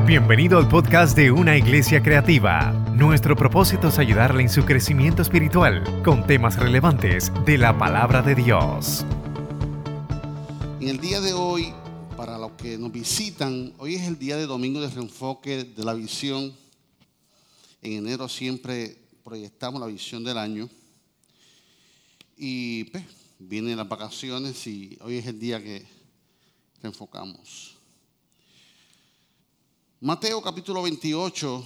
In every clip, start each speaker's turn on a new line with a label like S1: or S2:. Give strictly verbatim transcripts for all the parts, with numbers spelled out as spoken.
S1: Bienvenido al podcast de Una Iglesia Creativa. Nuestro propósito es ayudarle en su crecimiento espiritual con temas relevantes de la palabra de Dios.
S2: En el día de hoy, para los que nos visitan, hoy es el día de domingo de reenfoque de la visión. En enero siempre proyectamos la visión del año. Y pues, vienen las vacaciones y hoy es el día que reenfocamos. Mateo capítulo veintiocho,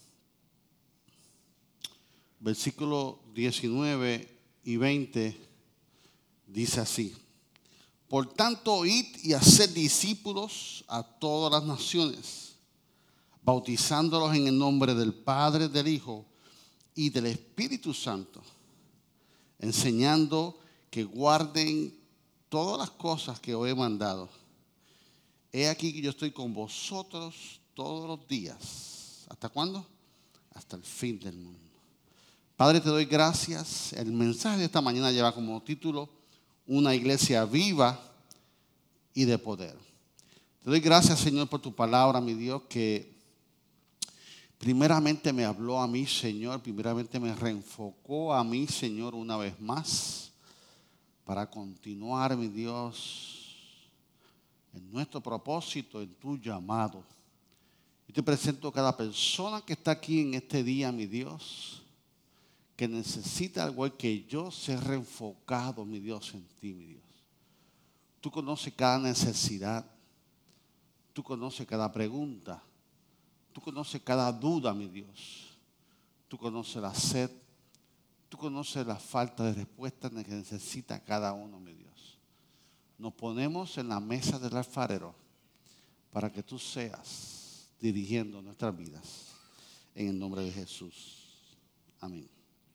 S2: versículos diecinueve y veinte, dice así: Por tanto, id y haced discípulos a todas las naciones, bautizándolos en el nombre del Padre, del Hijo y del Espíritu Santo, enseñando que guarden todas las cosas que os he mandado. He aquí que yo estoy con vosotros todos los días. ¿Hasta cuándo? Hasta el fin del mundo. Padre, te doy gracias. El mensaje de esta mañana lleva como título Una iglesia viva y de poder. Te doy gracias, Señor, por tu palabra, mi Dios, que primeramente me habló a mí, Señor. Primeramente me reenfocó a mí, Señor, una vez más, para continuar, mi Dios, en nuestro propósito, en tu llamado. Yo te presento a cada persona que está aquí en este día, mi Dios, que necesita, al igual que yo, ser reenfocado, mi Dios, en ti, mi Dios. Tú conoces cada necesidad, tú conoces cada pregunta, tú conoces cada duda, mi Dios. Tú conoces la sed, tú conoces la falta de respuesta que necesita cada uno, mi Dios. Nos ponemos en la mesa del alfarero para que tú seas dirigiendo nuestras vidas. En el nombre de Jesús. Amén.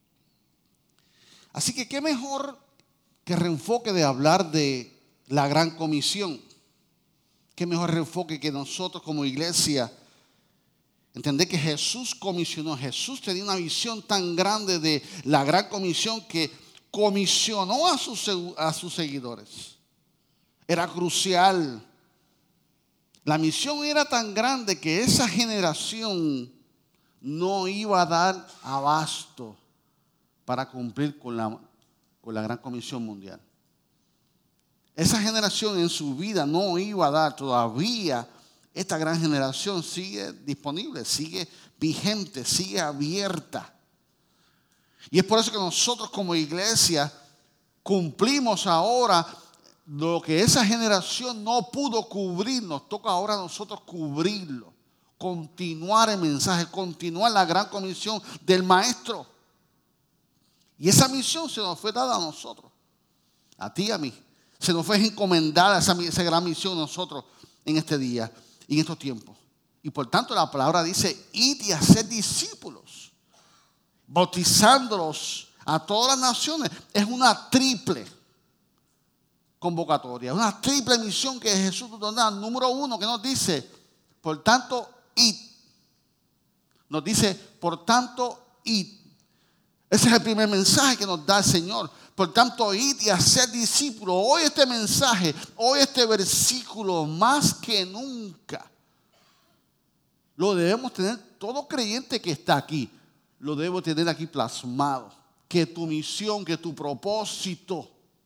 S2: Así que qué mejor que reenfoque de hablar de la gran comisión. Qué mejor reenfoque que nosotros como iglesia entender que Jesús comisionó. Jesús tenía una visión tan grande de la gran comisión que comisionó a sus, a sus seguidores. Era crucial. La misión era tan grande que esa generación no iba a dar abasto para cumplir con la, con la gran comisión mundial. Esa generación en su vida no iba a dar. Todavía esta gran generación sigue disponible, sigue vigente, sigue abierta. Y es por eso que nosotros como iglesia cumplimos ahora lo que esa generación no pudo cubrir. Nos toca ahora a nosotros cubrirlo, continuar el mensaje, continuar la gran comisión del maestro. Y esa misión se nos fue dada a nosotros, a ti y a mí. Se nos fue encomendada esa, esa gran misión a nosotros en este día y en estos tiempos. Y por tanto la palabra dice: id y haced discípulos, bautizándolos a todas las naciones. Es una triple convocatoria, una triple misión que Jesús nos da. Número uno, que nos dice, por tanto, id. Nos dice, por tanto, id. Ese es el primer mensaje que nos da el Señor. Por tanto, id y haced discípulos. Hoy este mensaje, hoy este versículo, más que nunca, lo debemos tener, todo creyente que está aquí, lo debemos tener aquí plasmado. Que tu misión, que tu propósito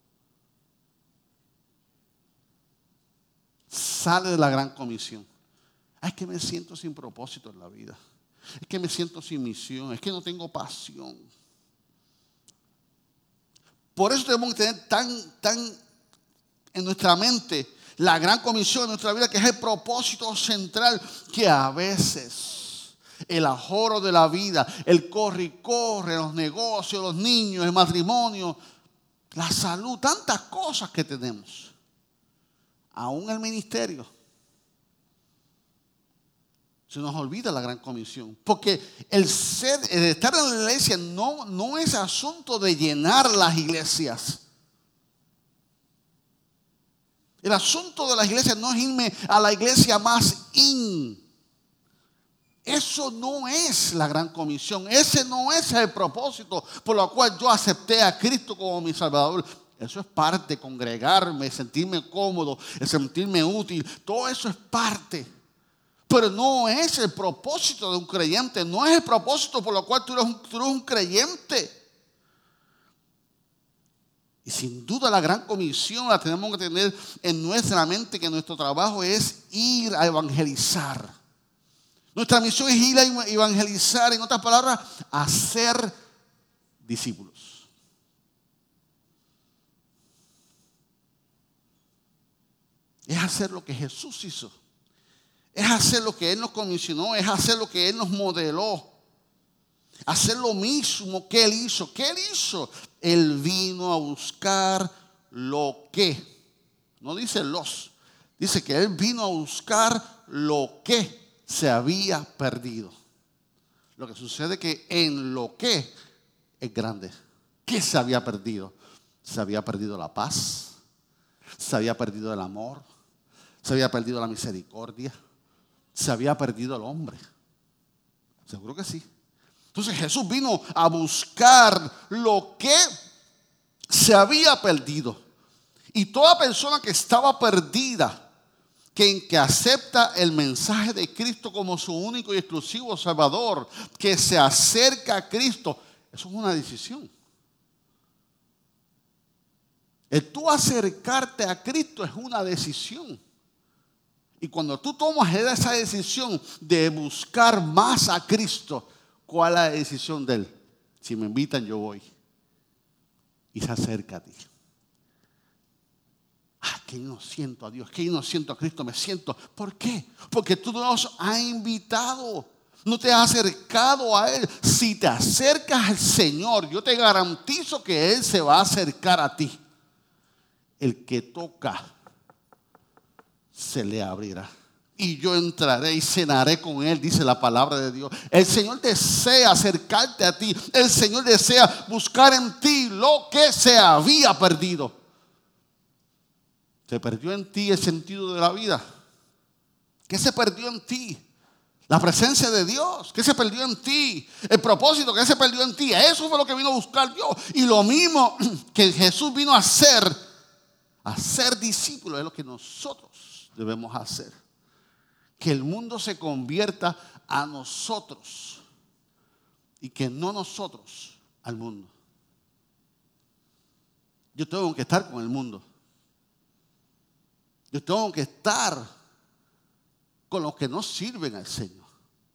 S2: sale de la gran comisión. Es que me siento sin propósito en la vida. Es que me siento sin misión. Es que no tengo pasión. Por eso tenemos que tener tan, tan en nuestra mente la gran comisión de nuestra vida, que es el propósito central, que a veces el ajoro de la vida, el corre y corre, los negocios, los niños, el matrimonio, la salud, tantas cosas que tenemos. Aún el ministerio, se nos olvida la gran comisión. Porque el, ser, el estar en la iglesia no, no es asunto de llenar las iglesias. El asunto de las iglesias no es irme a la iglesia más in. Eso no es la gran comisión. Ese no es el propósito por lo cual yo acepté a Cristo como mi Salvador. Eso es parte, congregarme, sentirme cómodo, sentirme útil. Todo eso es parte. Pero no es el propósito de un creyente, no es el propósito por lo cual tú eres un, tú eres un creyente. Y sin duda la gran comisión la tenemos que tener en nuestra mente, que nuestro trabajo es ir a evangelizar. Nuestra misión es ir a evangelizar, en otras palabras, a ser discípulos. Es hacer lo que Jesús hizo. Es hacer lo que Él nos comisionó, es hacer lo que Él nos modeló. Hacer lo mismo que Él hizo. ¿Qué Él hizo? Él vino a buscar lo que. No dice los. Dice que Él vino a buscar lo que se había perdido. Lo que sucede es que en lo que es grande. ¿Qué se había perdido? Se había perdido la paz. Se había perdido el amor. Se había perdido la misericordia. Se había perdido el hombre. Seguro que sí. Entonces Jesús vino a buscar lo que se había perdido. Y toda persona que estaba perdida, que, que acepta el mensaje de Cristo como su único y exclusivo Salvador, que se acerca a Cristo, eso es una decisión. El tú acercarte a Cristo es una decisión. Y cuando tú tomas esa decisión de buscar más a Cristo, ¿cuál es la decisión de Él? Si me invitan, yo voy. Y se acerca a ti. Ah, que yo no siento a Dios, que yo no siento a Cristo, me siento. ¿Por qué? Porque tú nos has invitado, no te has acercado a Él. Si te acercas al Señor, yo te garantizo que Él se va a acercar a ti. El que toca, se le abrirá. Y yo entraré y cenaré con Él, dice la palabra de Dios. El Señor desea acercarte a ti. El Señor desea buscar en ti lo que se había perdido. Se perdió en ti el sentido de la vida. ¿Qué se perdió en ti? La presencia de Dios. ¿Qué se perdió en ti? El propósito que se perdió en ti. Eso fue lo que vino a buscar Dios. Y lo mismo que Jesús vino a hacer, a ser discípulos, es lo que nosotros debemos hacer. Que el mundo se convierta a nosotros y que no nosotros al mundo. Yo tengo que estar con el mundo. Yo tengo que estar con los que no sirven al Señor.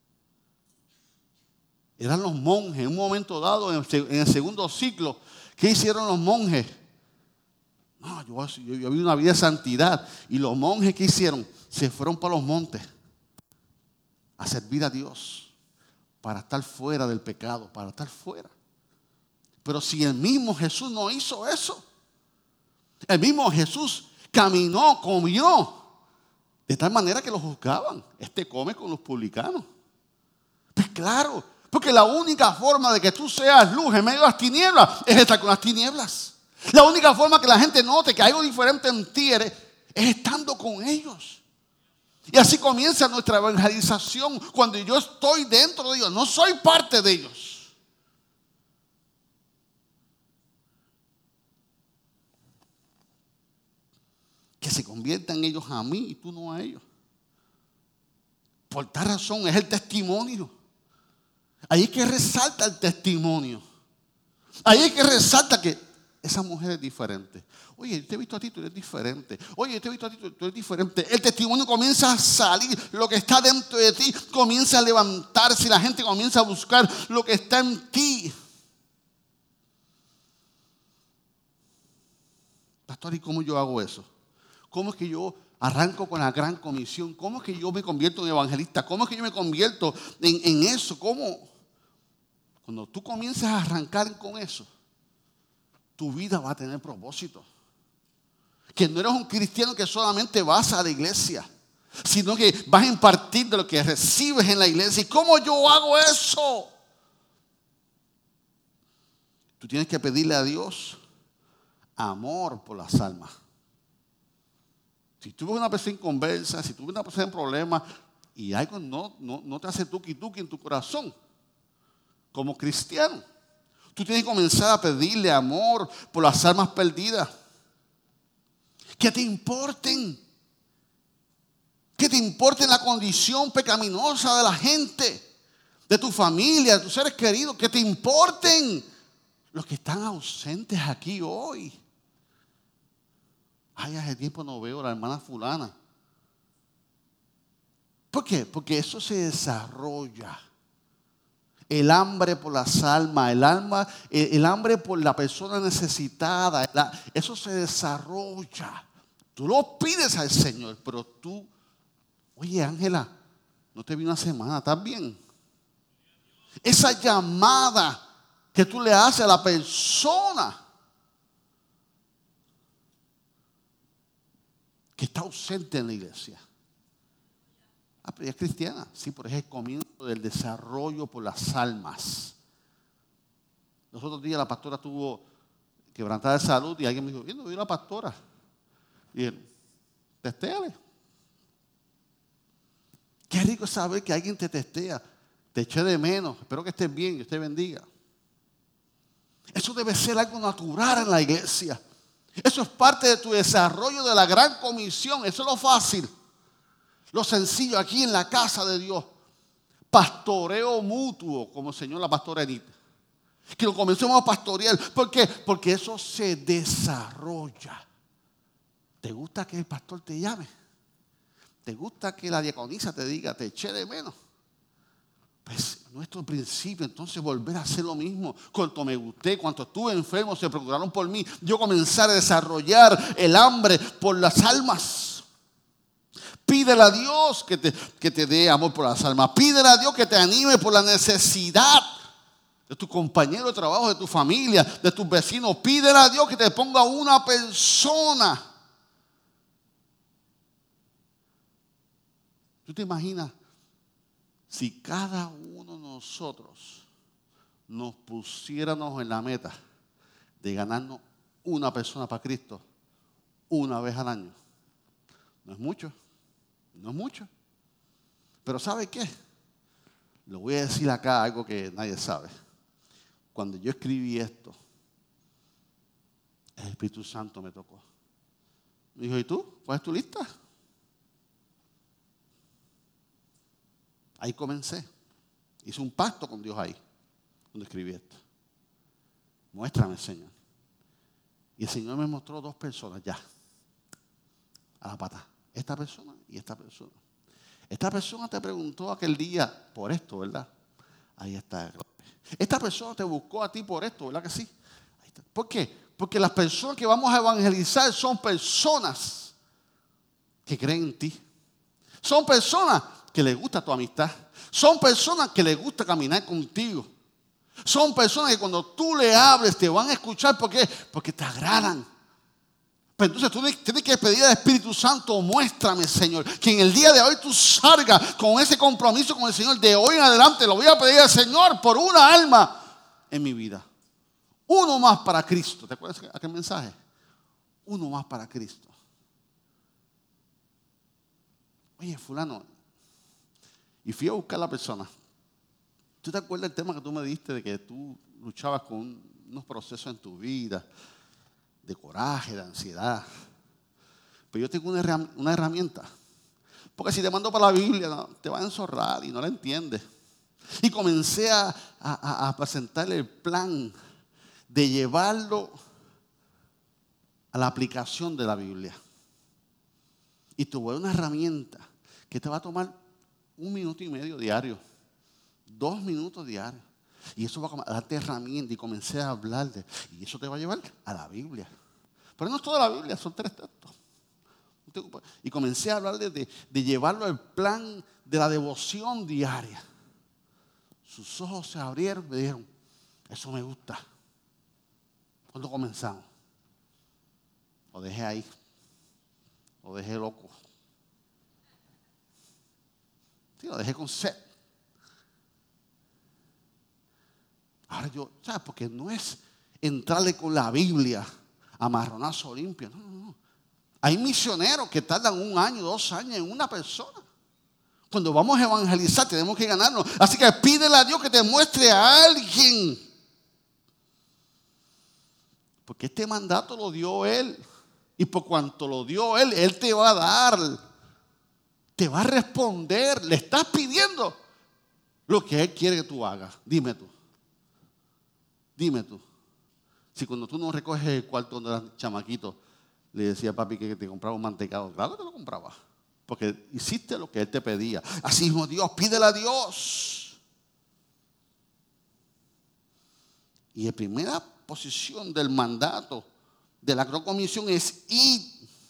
S2: Eran los monjes en un momento dado, en el segundo siglo. ¿Qué hicieron los monjes? No, yo, yo, yo vi una vida de santidad. Y los monjes, ¿qué hicieron? Se fueron para los montes a servir a Dios, para estar fuera del pecado, para estar fuera. Pero si el mismo Jesús no hizo eso, el mismo Jesús caminó, comió, de tal manera que lo juzgaban. Este come con los publicanos. Pues claro, porque la única forma de que tú seas luz en medio de las tinieblas es estar con las tinieblas. La única forma que la gente note que hay algo diferente en ti es estando con ellos. Y así comienza nuestra evangelización cuando yo estoy dentro de ellos, no soy parte de ellos. Que se conviertan ellos a mí y tú no a ellos. Por tal razón es el testimonio. Ahí es que resalta el testimonio. Ahí es que resalta que esa mujer es diferente. Oye, yo te he visto a ti, tú eres diferente. Oye, yo te he visto a ti, tú eres diferente. El testimonio comienza a salir. Lo que está dentro de ti comienza a levantarse. Y la gente comienza a buscar lo que está en ti. Pastor, ¿y cómo yo hago eso? ¿Cómo es que yo arranco con la gran comisión? ¿Cómo es que yo me convierto en evangelista? ¿Cómo es que yo me convierto en, en eso? ¿Cómo? Cuando tú comienzas a arrancar con eso, tu vida va a tener propósito. Que no eres un cristiano que solamente vas a la iglesia, sino que vas a impartir de lo que recibes en la iglesia. ¿Y cómo yo hago eso? Tú tienes que pedirle a Dios amor por las almas. Si tú ves una persona inconversa, si tú ves una persona en problemas y algo no, no, no te hace tuqui tuqui en tu corazón, como cristiano, tú tienes que comenzar a pedirle amor por las almas perdidas. Que te importen. Que te importe la condición pecaminosa de la gente, de tu familia, de tus seres queridos. Que te importen los que están ausentes aquí hoy. Ay, hace tiempo no veo a la hermana fulana. ¿Por qué? Porque eso se desarrolla. El hambre por las almas, el, alma, el, el hambre por la persona necesitada, la, eso se desarrolla. Tú lo pides al Señor, pero tú, oye Ángela, no te vi una semana, ¿estás bien? Esa llamada que tú le haces a la persona que está ausente en la iglesia. Ah, pero ella es cristiana. Sí, pero es el comienzo del desarrollo por las almas. Los otros días la pastora tuvo quebrantada de salud y alguien me dijo, ¿no vi la pastora? Y él, testéale. Qué rico es saber que alguien te testea. Te eché de menos. Espero que estés bien, Dios te bendiga. Eso debe ser algo natural en la iglesia. Eso es parte de tu desarrollo de la gran comisión. Eso es lo fácil. Lo sencillo aquí en la casa de Dios. Pastoreo mutuo, como enseñó la pastora Edith. Que lo comencemos a pastorear. ¿Por qué? Porque eso se desarrolla. ¿Te gusta que el pastor te llame? ¿Te gusta que la diaconisa te diga, te eché de menos? Pues nuestro principio, entonces volver a hacer lo mismo. Cuanto me gusté, cuanto estuve enfermo, se preocuparon por mí. Yo comencé a desarrollar el hambre por las almas. Pídele a Dios que te, que te dé amor por las almas. Pídele a Dios que te anime por la necesidad de tu compañero de trabajo, de tu familia, de tus vecinos. Pídele a Dios que te ponga una persona. ¿Tú te imaginas si cada uno de nosotros nos pusiéramos en la meta de ganarnos una persona para Cristo una vez al año? No es mucho. No es mucho. Pero ¿sabe qué? Le voy a decir acá algo que nadie sabe. Cuando yo escribí esto, el Espíritu Santo me tocó. Me dijo, ¿y tú? ¿Cuál es tu lista? Ahí comencé. Hice un pacto con Dios ahí, cuando escribí esto. Muéstrame, Señor. Y el Señor me mostró dos personas ya, a la pata. Esta persona y esta persona. Esta persona te preguntó aquel día por esto, ¿verdad? Ahí está. Esta persona te buscó a ti por esto, ¿verdad que sí? Ahí está. ¿Por qué? Porque las personas que vamos a evangelizar son personas que creen en ti. Son personas que les gusta tu amistad. Son personas que les gusta caminar contigo. Son personas que cuando tú le hables te van a escuchar. ¿Por qué? Porque te agradan. Pero entonces tú tienes que pedir al Espíritu Santo, muéstrame, Señor, que en el día de hoy tú salgas con ese compromiso con el Señor. De hoy en adelante lo voy a pedir al Señor por una alma en mi vida. Uno más para Cristo. ¿Te acuerdas de aquel mensaje? Uno más para Cristo. Oye, fulano, y fui a buscar a la persona. ¿Tú te acuerdas del tema que tú me diste de que tú luchabas con unos procesos en tu vida? De coraje, de ansiedad. Pero yo tengo una, una herramienta. Porque si te mando para la Biblia, no, te va a enzorrar y no la entiendes. Y comencé a, a, a presentarle el plan de llevarlo a la aplicación de la Biblia. Y tuve una herramienta que te va a tomar un minuto y medio diario. Dos minutos diarios. Y eso va a darte herramienta y comencé a hablarle. Y eso te va a llevar a la Biblia. Pero no es toda la Biblia, son tres textos. Y comencé a hablarle de, de llevarlo al plan de la devoción diaria. Sus ojos se abrieron y me dijeron, eso me gusta. ¿Cuándo comenzamos? Lo dejé ahí. Lo dejé loco. Sí, lo dejé con sed. Ahora yo, ¿sabes? Porque no es entrarle con la Biblia a marronazo limpio. No, no, no. Hay misioneros que tardan un año, dos años en una persona. Cuando vamos a evangelizar tenemos que ganarnos. Así que pídele a Dios que te muestre a alguien. Porque este mandato lo dio Él. Y por cuanto lo dio Él, Él te va a dar. te va a responder. Le estás pidiendo lo que Él quiere que tú hagas. Dime tú. Dime tú. Si cuando tú no recoges el cuarto donde eras chamaquito, le decía a papi que te compraba un mantecado. Claro que lo compraba. Porque hiciste lo que Él te pedía. Así mismo Dios, pídele a Dios. Y la primera posición del mandato de la gran comisión es ir.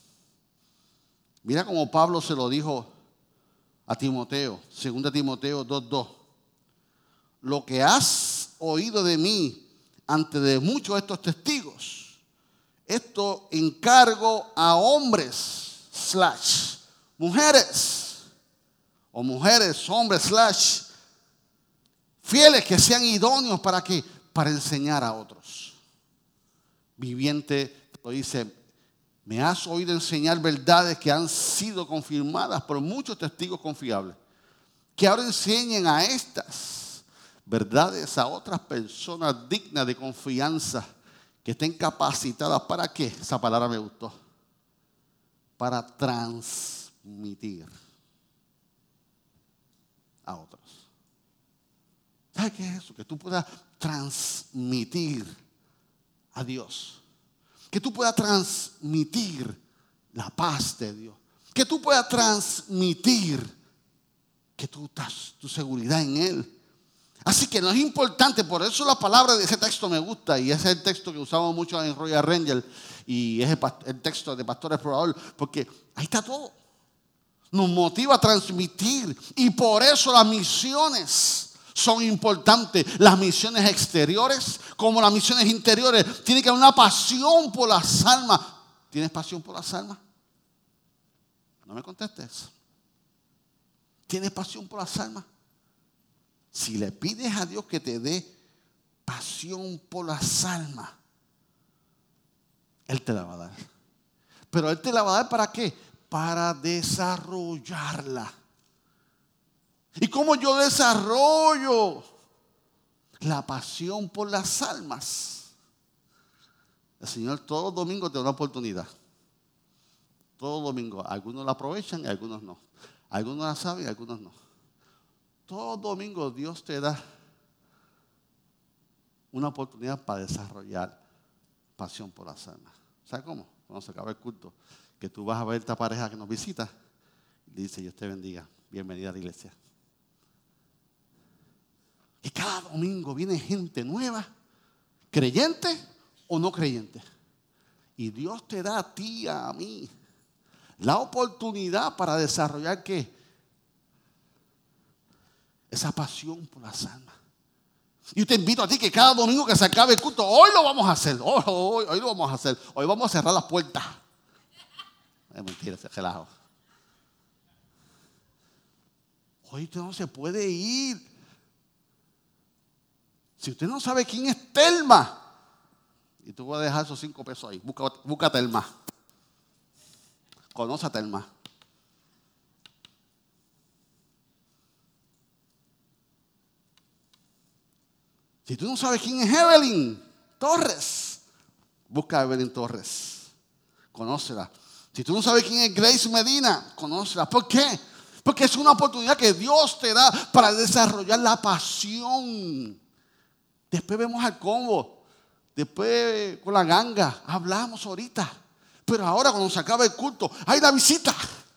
S2: Mira cómo Pablo se lo dijo a Timoteo, segunda Timoteo dos dos. Lo que has oído de mí ante de muchos de estos testigos, esto encargo a hombres slash mujeres o mujeres, hombres slash fieles que sean idóneos para que para enseñar a otros. Viviente lo dice, me has oído enseñar verdades que han sido confirmadas por muchos testigos confiables, que ahora enseñen a estas verdades a otras personas dignas de confianza, que estén capacitadas. ¿Para qué? Esa palabra me gustó. Para transmitir a otros. ¿Sabes qué es eso? Que tú puedas transmitir a Dios. Que tú puedas transmitir la paz de Dios. Que tú puedas transmitir que tú estás, tu seguridad en Él. Así que no es importante, por eso la palabra de ese texto me gusta, y ese es el texto que usamos mucho en Royal Ranger, y es el, el texto de Pastor Explorador, porque ahí está todo. Nos motiva a transmitir, y por eso las misiones son importantes. Las misiones exteriores como las misiones interiores. Tiene que haber una pasión por las almas. ¿Tienes pasión por las almas? No me contestes. ¿Tienes pasión por las almas? Si le pides a Dios que te dé pasión por las almas, Él te la va a dar. Pero Él te la va a dar ¿para qué? Para desarrollarla. ¿Y cómo yo desarrollo la pasión por las almas? El Señor todos los domingos te da una oportunidad. Todos los domingos. Algunos la aprovechan y algunos no. Algunos la saben y algunos no. Todos los domingos Dios te da una oportunidad para desarrollar pasión por las almas. ¿Sabes cómo? Cuando se acaba el culto, que tú vas a ver esta pareja que nos visita y le dice, Dios te bendiga, bienvenida a la iglesia. Y cada domingo viene gente nueva, creyente o no creyente. Y Dios te da a ti, a mí, la oportunidad para desarrollar ¿qué? Esa pasión por las almas. Y yo te invito a ti que cada domingo que se acabe el culto, hoy lo vamos a hacer, hoy, hoy, hoy lo vamos a hacer, hoy vamos a cerrar las puertas. Es mentira, se relajo. Hoy usted no se puede ir. Si usted no sabe quién es Telma, y tú vas a dejar esos cinco pesos ahí, busca, busca a Telma. Conoce a Telma. Si tú no sabes quién es Evelyn Torres, busca a Evelyn Torres. Conócela. Si tú no sabes quién es Grace Medina, conócela. ¿Por qué? Porque es una oportunidad que Dios te da para desarrollar la pasión. Después vemos al combo. Después con la ganga. Hablamos ahorita. Pero ahora cuando se acaba el culto, hay una visita.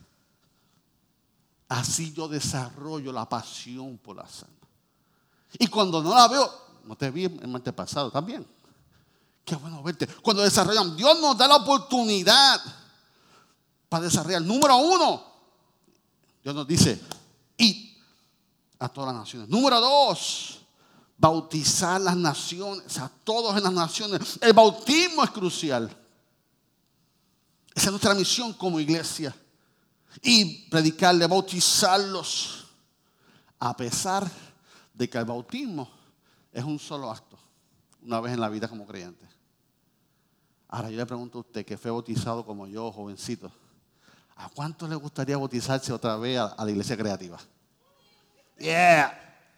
S2: Así yo desarrollo la pasión por la almas. Y cuando no la veo, no te vi el martes pasado también. Qué bueno verte. Cuando desarrollamos, Dios nos da la oportunidad para desarrollar. Número uno, Dios nos dice, id a todas las naciones. Número dos, bautizar las naciones, a todos en las naciones. El bautismo es crucial. Esa es nuestra misión como iglesia. Y predicarle, bautizarlos. A pesar de que el bautismo es un solo acto, una vez en la vida como creyente. Ahora yo le pregunto a usted que fue bautizado como yo, jovencito, ¿a cuánto le gustaría bautizarse otra vez a, a la iglesia creativa? Yeah.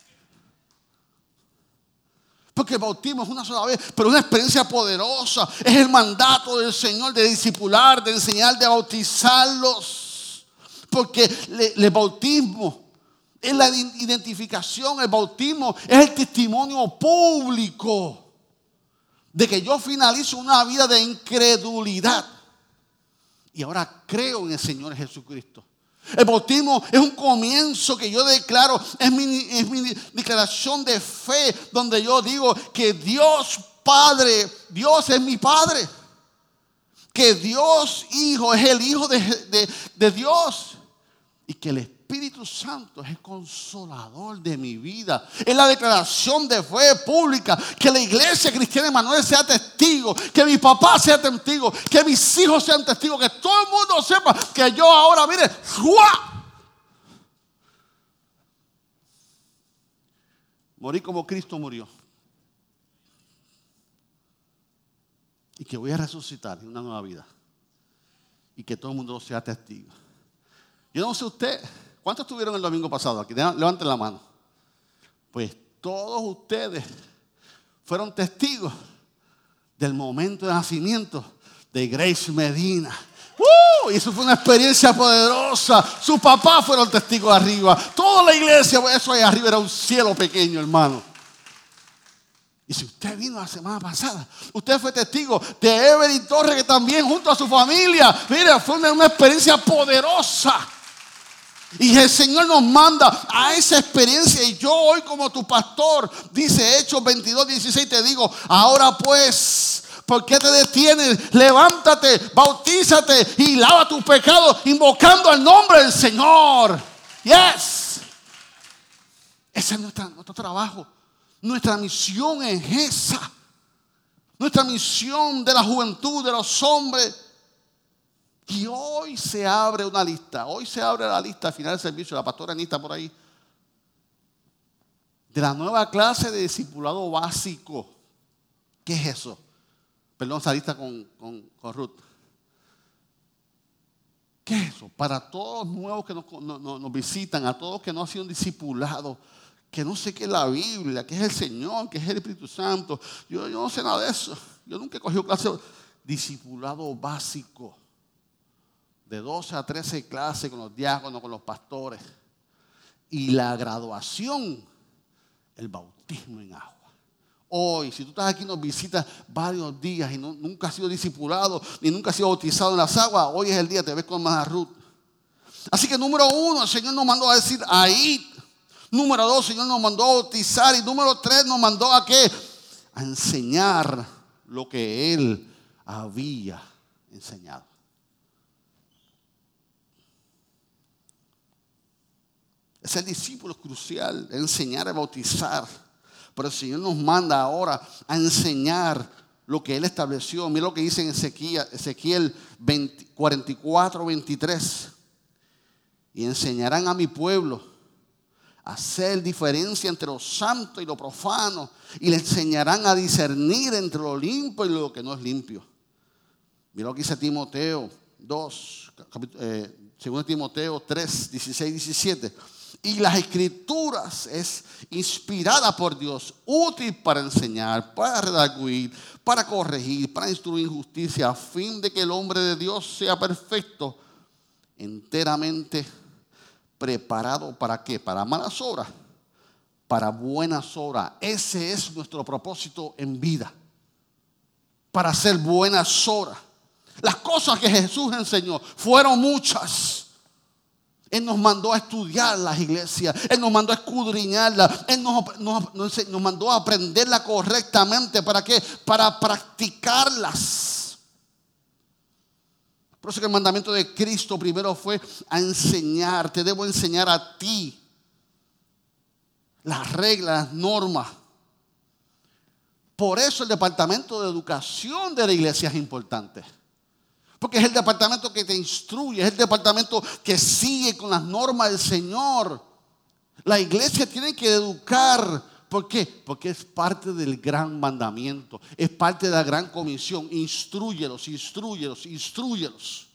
S2: Porque el bautismo es una sola vez, pero una experiencia poderosa. Es el mandato del Señor de discipular, de enseñar, de bautizarlos. Porque el bautismo es la identificación, el bautismo es el testimonio público de que yo finalizo una vida de incredulidad y ahora creo en el Señor Jesucristo. El bautismo es un comienzo que yo declaro, es mi, es mi declaración de fe, donde yo digo que Dios Padre, Dios es mi Padre, que Dios Hijo es el Hijo de, de, de Dios y que el Espíritu Santo es el consolador de mi vida. Es la declaración de fe pública, que la iglesia cristiana de Emanuel sea testigo, que mi papá sea testigo, que mis hijos sean testigos, que todo el mundo sepa que yo ahora, mire, ¡juá! Morí como Cristo murió. Y que voy a resucitar en una nueva vida. Y que todo el mundo sea testigo. Yo no sé usted, ¿cuántos estuvieron el domingo pasado aquí? Levanten la mano. Pues todos ustedes fueron testigos del momento de nacimiento de Grace Medina. ¡Uh! Y eso fue una experiencia poderosa. Sus papás fueron testigos arriba. Toda la iglesia, eso ahí arriba era un cielo pequeño, hermano. Y si usted vino la semana pasada, usted fue testigo de Evelyn Torres, que también junto a su familia, mire, fue una, una experiencia poderosa. Y el Señor nos manda a esa experiencia. Y yo hoy como tu pastor, dice Hechos veintidós, dieciséis, te digo, ahora pues, ¿por qué te detienes? Levántate, bautízate y lava tus pecados invocando el nombre del Señor. Yes. Ese es nuestra, nuestro trabajo. Nuestra misión es esa. Nuestra misión de la juventud, de los hombres. Y hoy se abre una lista. Hoy se abre la lista al final del servicio. La pastora Anita por ahí. De la nueva clase de discipulado básico. ¿Qué es eso? Perdón, esa lista con, con, con Ruth. ¿Qué es eso? Para todos los nuevos que nos, nos, nos visitan, a todos que no han sido discipulados, que no sé qué es la Biblia, qué es el Señor, qué es el Espíritu Santo. Yo, yo no sé nada de eso. Yo nunca he cogido clase de discipulado básico. De doce a trece clases con los diáconos, con los pastores. Y la graduación, el bautismo en agua. Hoy, si tú estás aquí y nos visitas varios días y no, nunca has sido discipulado, ni nunca has sido bautizado en las aguas, hoy es el día, te ves con más Ruth. Así que número uno, el Señor nos mandó a decir ahí. Número dos, el Señor nos mandó a bautizar. Y número tres, nos mandó a qué? A enseñar lo que Él había enseñado. Ser discípulo es crucial, enseñar a bautizar. Pero el Señor nos manda ahora a enseñar lo que Él estableció. Mira lo que dice en Ezequiel, Ezequiel cuarenta y cuatro, veintitrés. Y enseñarán a mi pueblo a hacer diferencia entre lo santo y lo profano. Y le enseñarán a discernir entre lo limpio y lo que no es limpio. Mira lo que dice Timoteo dos, eh, segundo Timoteo tres, dieciséis, diecisiete. Y las escrituras es inspirada por Dios, útil para enseñar, para redarguir, para corregir, para instruir en justicia, a fin de que el hombre de Dios sea perfecto, enteramente preparado. ¿Para qué? Para malas obras, para buenas obras. Ese es nuestro propósito en vida, para hacer buenas obras. Las cosas que Jesús enseñó fueron muchas. Él nos mandó a estudiar las iglesias. Él nos mandó a escudriñarlas. Él nos, nos, nos, nos mandó a aprenderlas correctamente. ¿Para qué? Para practicarlas. Por eso que el mandamiento de Cristo primero fue a enseñar. Te debo enseñar a ti las reglas, las normas. Por eso el departamento de educación de la iglesia es importante. Porque es el departamento que te instruye, es el departamento que sigue con las normas del Señor. La iglesia tiene que educar. ¿Por qué? Porque es parte del gran mandamiento, es parte de la gran comisión. Instrúyelos, instrúyelos, instrúyelos.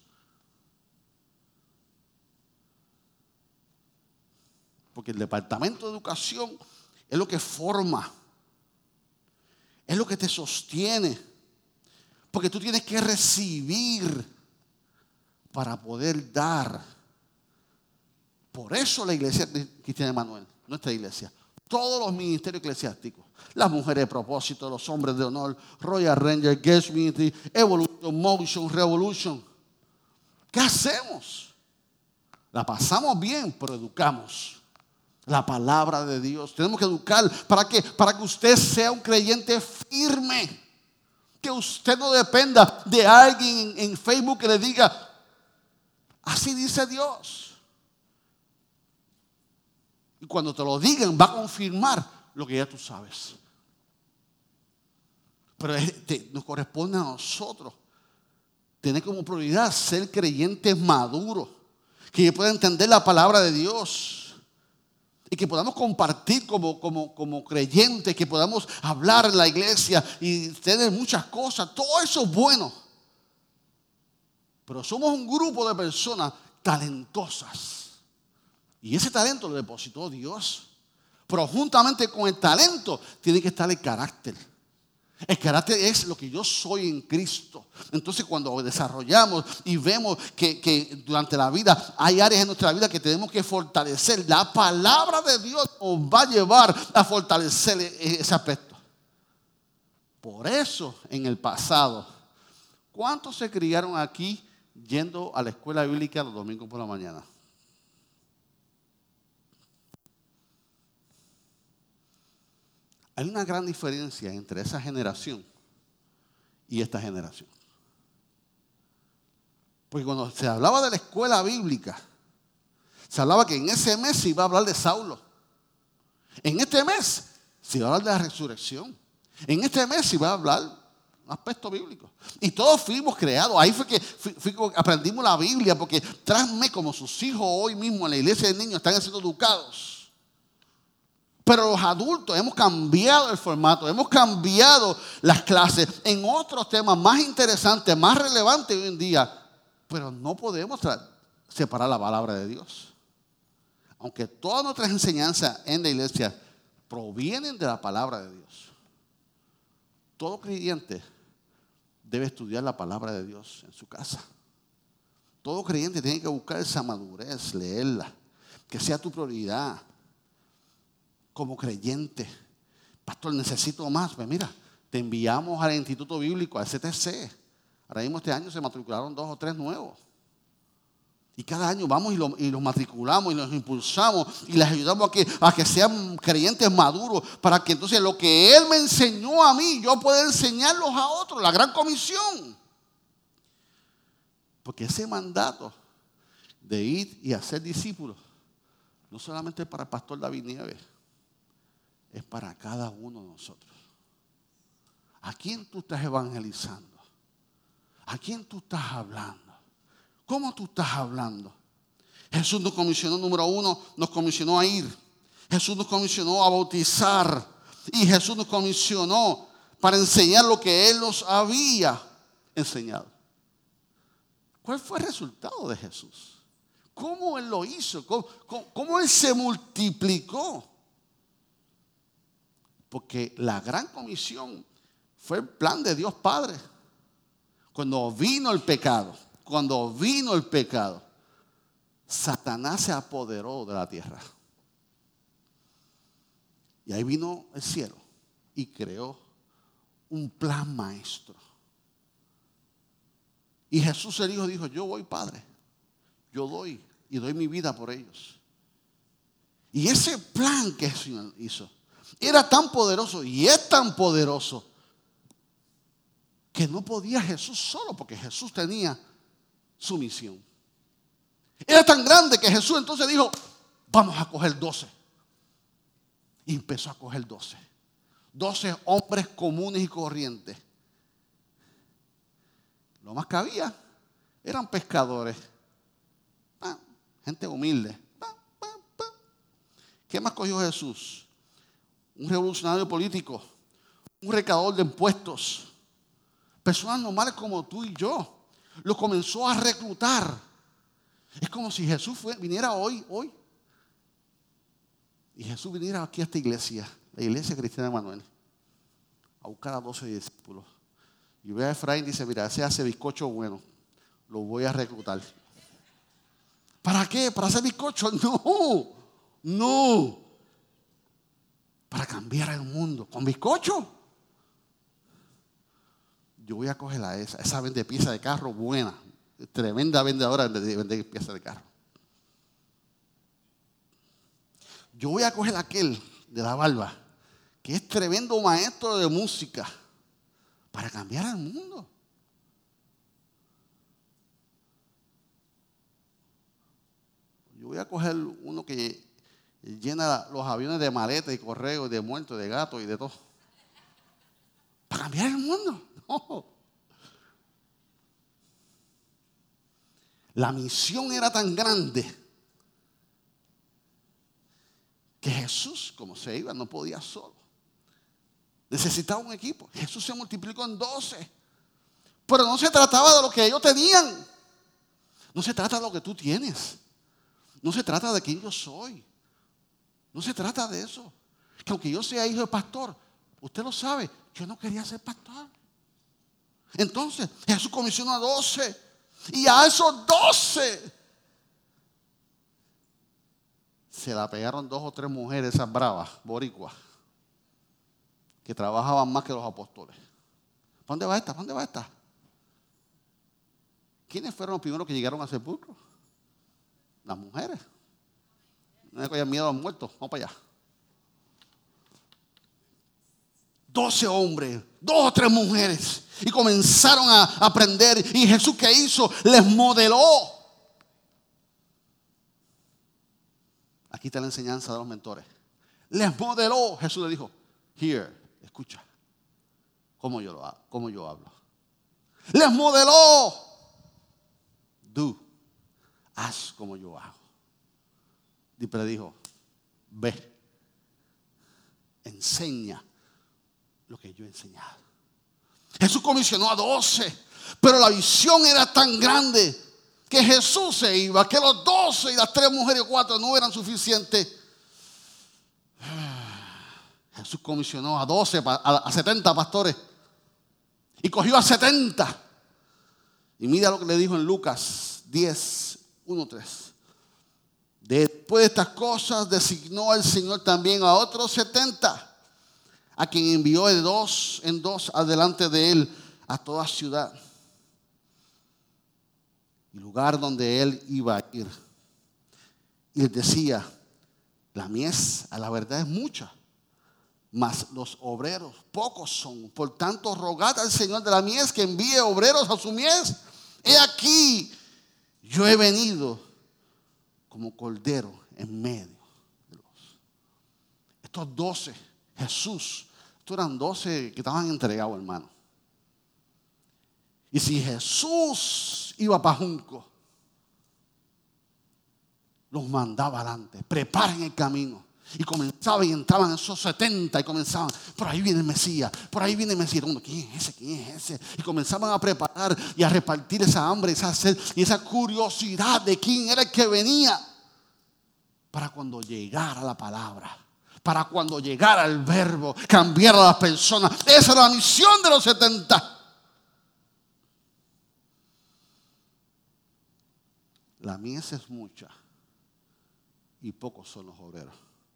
S2: Porque el departamento de educación es lo que forma, es lo que te sostiene. Porque tú tienes que recibir para poder dar. Por eso la iglesia cristiana de Emanuel, nuestra iglesia, todos los ministerios eclesiásticos, las mujeres de propósito, los hombres de honor, Royal Ranger, Guest Ministry, Evolution, Motion, Revolution. ¿Qué hacemos? La pasamos bien, pero educamos. La palabra de Dios. Tenemos que educar. ¿Para qué? Para que usted sea un creyente firme. Que usted no dependa de alguien en, en Facebook que le diga, así dice Dios. Y cuando te lo digan, va a confirmar lo que ya tú sabes. Pero este, nos corresponde a nosotros tener como prioridad ser creyentes maduros, que puedan entender la palabra de Dios y que podamos compartir como, como, como creyentes, que podamos hablar en la iglesia y tener muchas cosas. Todo eso es bueno. Pero somos un grupo de personas talentosas. Y ese talento lo depositó Dios. Pero juntamente con el talento tiene que estar el carácter. El carácter es lo que yo soy en Cristo. Entonces cuando desarrollamos y vemos que, que durante la vida hay áreas en nuestra vida que tenemos que fortalecer, la palabra de Dios nos va a llevar a fortalecer ese aspecto. Por eso en el pasado, ¿cuántos se criaron aquí yendo a la escuela bíblica los domingos por la mañana? Hay una gran diferencia entre esa generación y esta generación. Porque cuando se hablaba de la escuela bíblica, se hablaba que en ese mes se iba a hablar de Saulo. En este mes se iba a hablar de la resurrección. En este mes se iba a hablar un aspecto bíblico. Y todos fuimos creados. Ahí fue que fui, fui, aprendimos la Biblia, porque tráeme como sus hijos hoy mismo en la iglesia de niños están siendo educados. Pero los adultos hemos cambiado el formato, hemos cambiado las clases en otros temas más interesantes, más relevantes hoy en día. Pero no podemos separar la palabra de Dios. Aunque todas nuestras enseñanzas en la iglesia provienen de la palabra de Dios. Todo creyente debe estudiar la palabra de Dios en su casa. Todo creyente tiene que buscar esa madurez, leerla, que sea tu prioridad. Como creyente, pastor, necesito más. Pues mira, te enviamos al Instituto Bíblico, al C T C. Ahora mismo este año se matricularon dos o tres nuevos. Y cada año vamos y, lo, y los matriculamos y los impulsamos y les ayudamos a que, a que sean creyentes maduros, para que entonces lo que Él me enseñó a mí, yo pueda enseñarlos a otros. La gran comisión. Porque ese mandato de ir y hacer discípulos no solamente es para el pastor David Nieves, es para cada uno de nosotros. ¿A quién tú estás evangelizando? ¿A quién tú estás hablando? ¿Cómo tú estás hablando? Jesús nos comisionó, número uno, nos comisionó a ir. Jesús nos comisionó a bautizar. Y Jesús nos comisionó para enseñar lo que Él nos había enseñado. ¿Cuál fue el resultado de Jesús? ¿Cómo Él lo hizo? ¿Cómo, cómo, cómo Él se multiplicó? Porque la gran comisión fue el plan de Dios Padre. Cuando vino el pecado, cuando vino el pecado, Satanás se apoderó de la tierra. Y ahí vino el cielo y creó un plan maestro. Y Jesús el Hijo dijo, yo voy, Padre, yo doy y doy mi vida por ellos. Y ese plan que Jesús hizo era tan poderoso y es tan poderoso que no podía Jesús solo, porque Jesús tenía su misión. Era tan grande que Jesús entonces dijo, vamos a coger doce. Y empezó a coger doce. Doce hombres comunes y corrientes. Lo más que había eran pescadores. Ah, gente humilde. Ah, ah, ah. ¿Qué más cogió Jesús? Un revolucionario político, un recaudador de impuestos, personas normales como tú y yo. Lo comenzó a reclutar. Es como si Jesús fue, viniera hoy, hoy, y Jesús viniera aquí a esta iglesia, la iglesia cristiana de Emanuel, a buscar a doce discípulos. Y ve a Efraín y dice, mira, ese hace bizcocho bueno, lo voy a reclutar. ¿Para qué? ¿Para hacer bizcocho? No, no. Para cambiar el mundo. ¿Con bizcocho? Yo voy a coger a esa, esa vende pieza de carro buena, tremenda vendedora de vender piezas de carro. Yo voy a coger a aquel de la barba, que es tremendo maestro de música, para cambiar el mundo. Yo voy a coger uno que llena los aviones de maletas y correos, de muertos, de gatos y de todo. Para cambiar el mundo. No. La misión era tan grande que Jesús, como se iba, no podía solo. Necesitaba un equipo. Jesús se multiplicó en doce. Pero no se trataba de lo que ellos tenían. No se trata de lo que tú tienes. No se trata de quién yo soy. No se trata de eso. Que aunque yo sea hijo de pastor, usted lo sabe, yo no quería ser pastor. Entonces Jesús comisionó a doce. Y a esos doce se la pegaron dos o tres mujeres, esas bravas, boricuas, que trabajaban más que los apóstoles. ¿Para dónde va esta? ¿Para dónde va esta? ¿Quiénes fueron los primeros que llegaron al sepulcro? Las mujeres. No hay que haya miedo a los muertos. Vamos para allá. Doce hombres, dos o tres mujeres. Y comenzaron a aprender. Y Jesús, ¿qué hizo? Les modeló. Aquí está la enseñanza de los mentores. Les modeló. Jesús le dijo, here, escucha, cómo yo lo hago, cómo yo hablo. Les modeló. Do, haz como yo hago. Y le dijo, ve, enseña lo que yo he enseñado. Jesús comisionó a doce, pero la visión era tan grande que Jesús se iba, que los doce y las tres mujeres y cuatro no eran suficientes. Jesús comisionó a doce, a setenta pastores, y cogió a setenta. Y mira lo que le dijo en Lucas diez, uno, tres. Después de estas cosas designó el Señor también a otros setenta, a quien envió de dos en dos adelante de él a toda ciudad y lugar donde él iba a ir. Y les decía, la mies a la verdad es mucha, mas los obreros pocos son. Por tanto, rogad al Señor de la mies que envíe obreros a su mies. He aquí, yo he venido como cordero en medio de los. Estos doce, Jesús, estos eran doce que estaban entregados, hermano. Y si Jesús iba para Junco, los mandaba adelante, preparen el camino. Y comenzaban y entraban esos setenta y comenzaban, por ahí viene el Mesías, por ahí viene el Mesías. ¿Quién es ese? ¿Quién es ese? Y comenzaban a preparar y a repartir esa hambre, esa sed y esa curiosidad de quién era el que venía. Para cuando llegara la palabra, para cuando llegara el verbo, cambiar a las personas. Esa era la misión de los setenta. La mies es mucha y pocos son los obreros.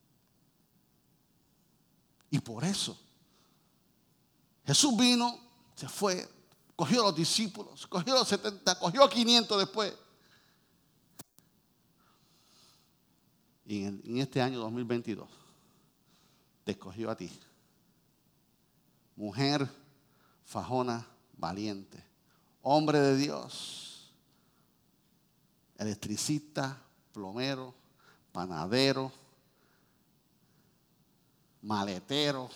S2: Y por eso Jesús vino, se fue, cogió a los discípulos, cogió a los setenta, cogió a quinientos después. Y en, en este año dos mil veintidós te escogió a ti. Mujer fajona, valiente, hombre de Dios, electricista, plomero, panadero, maletero,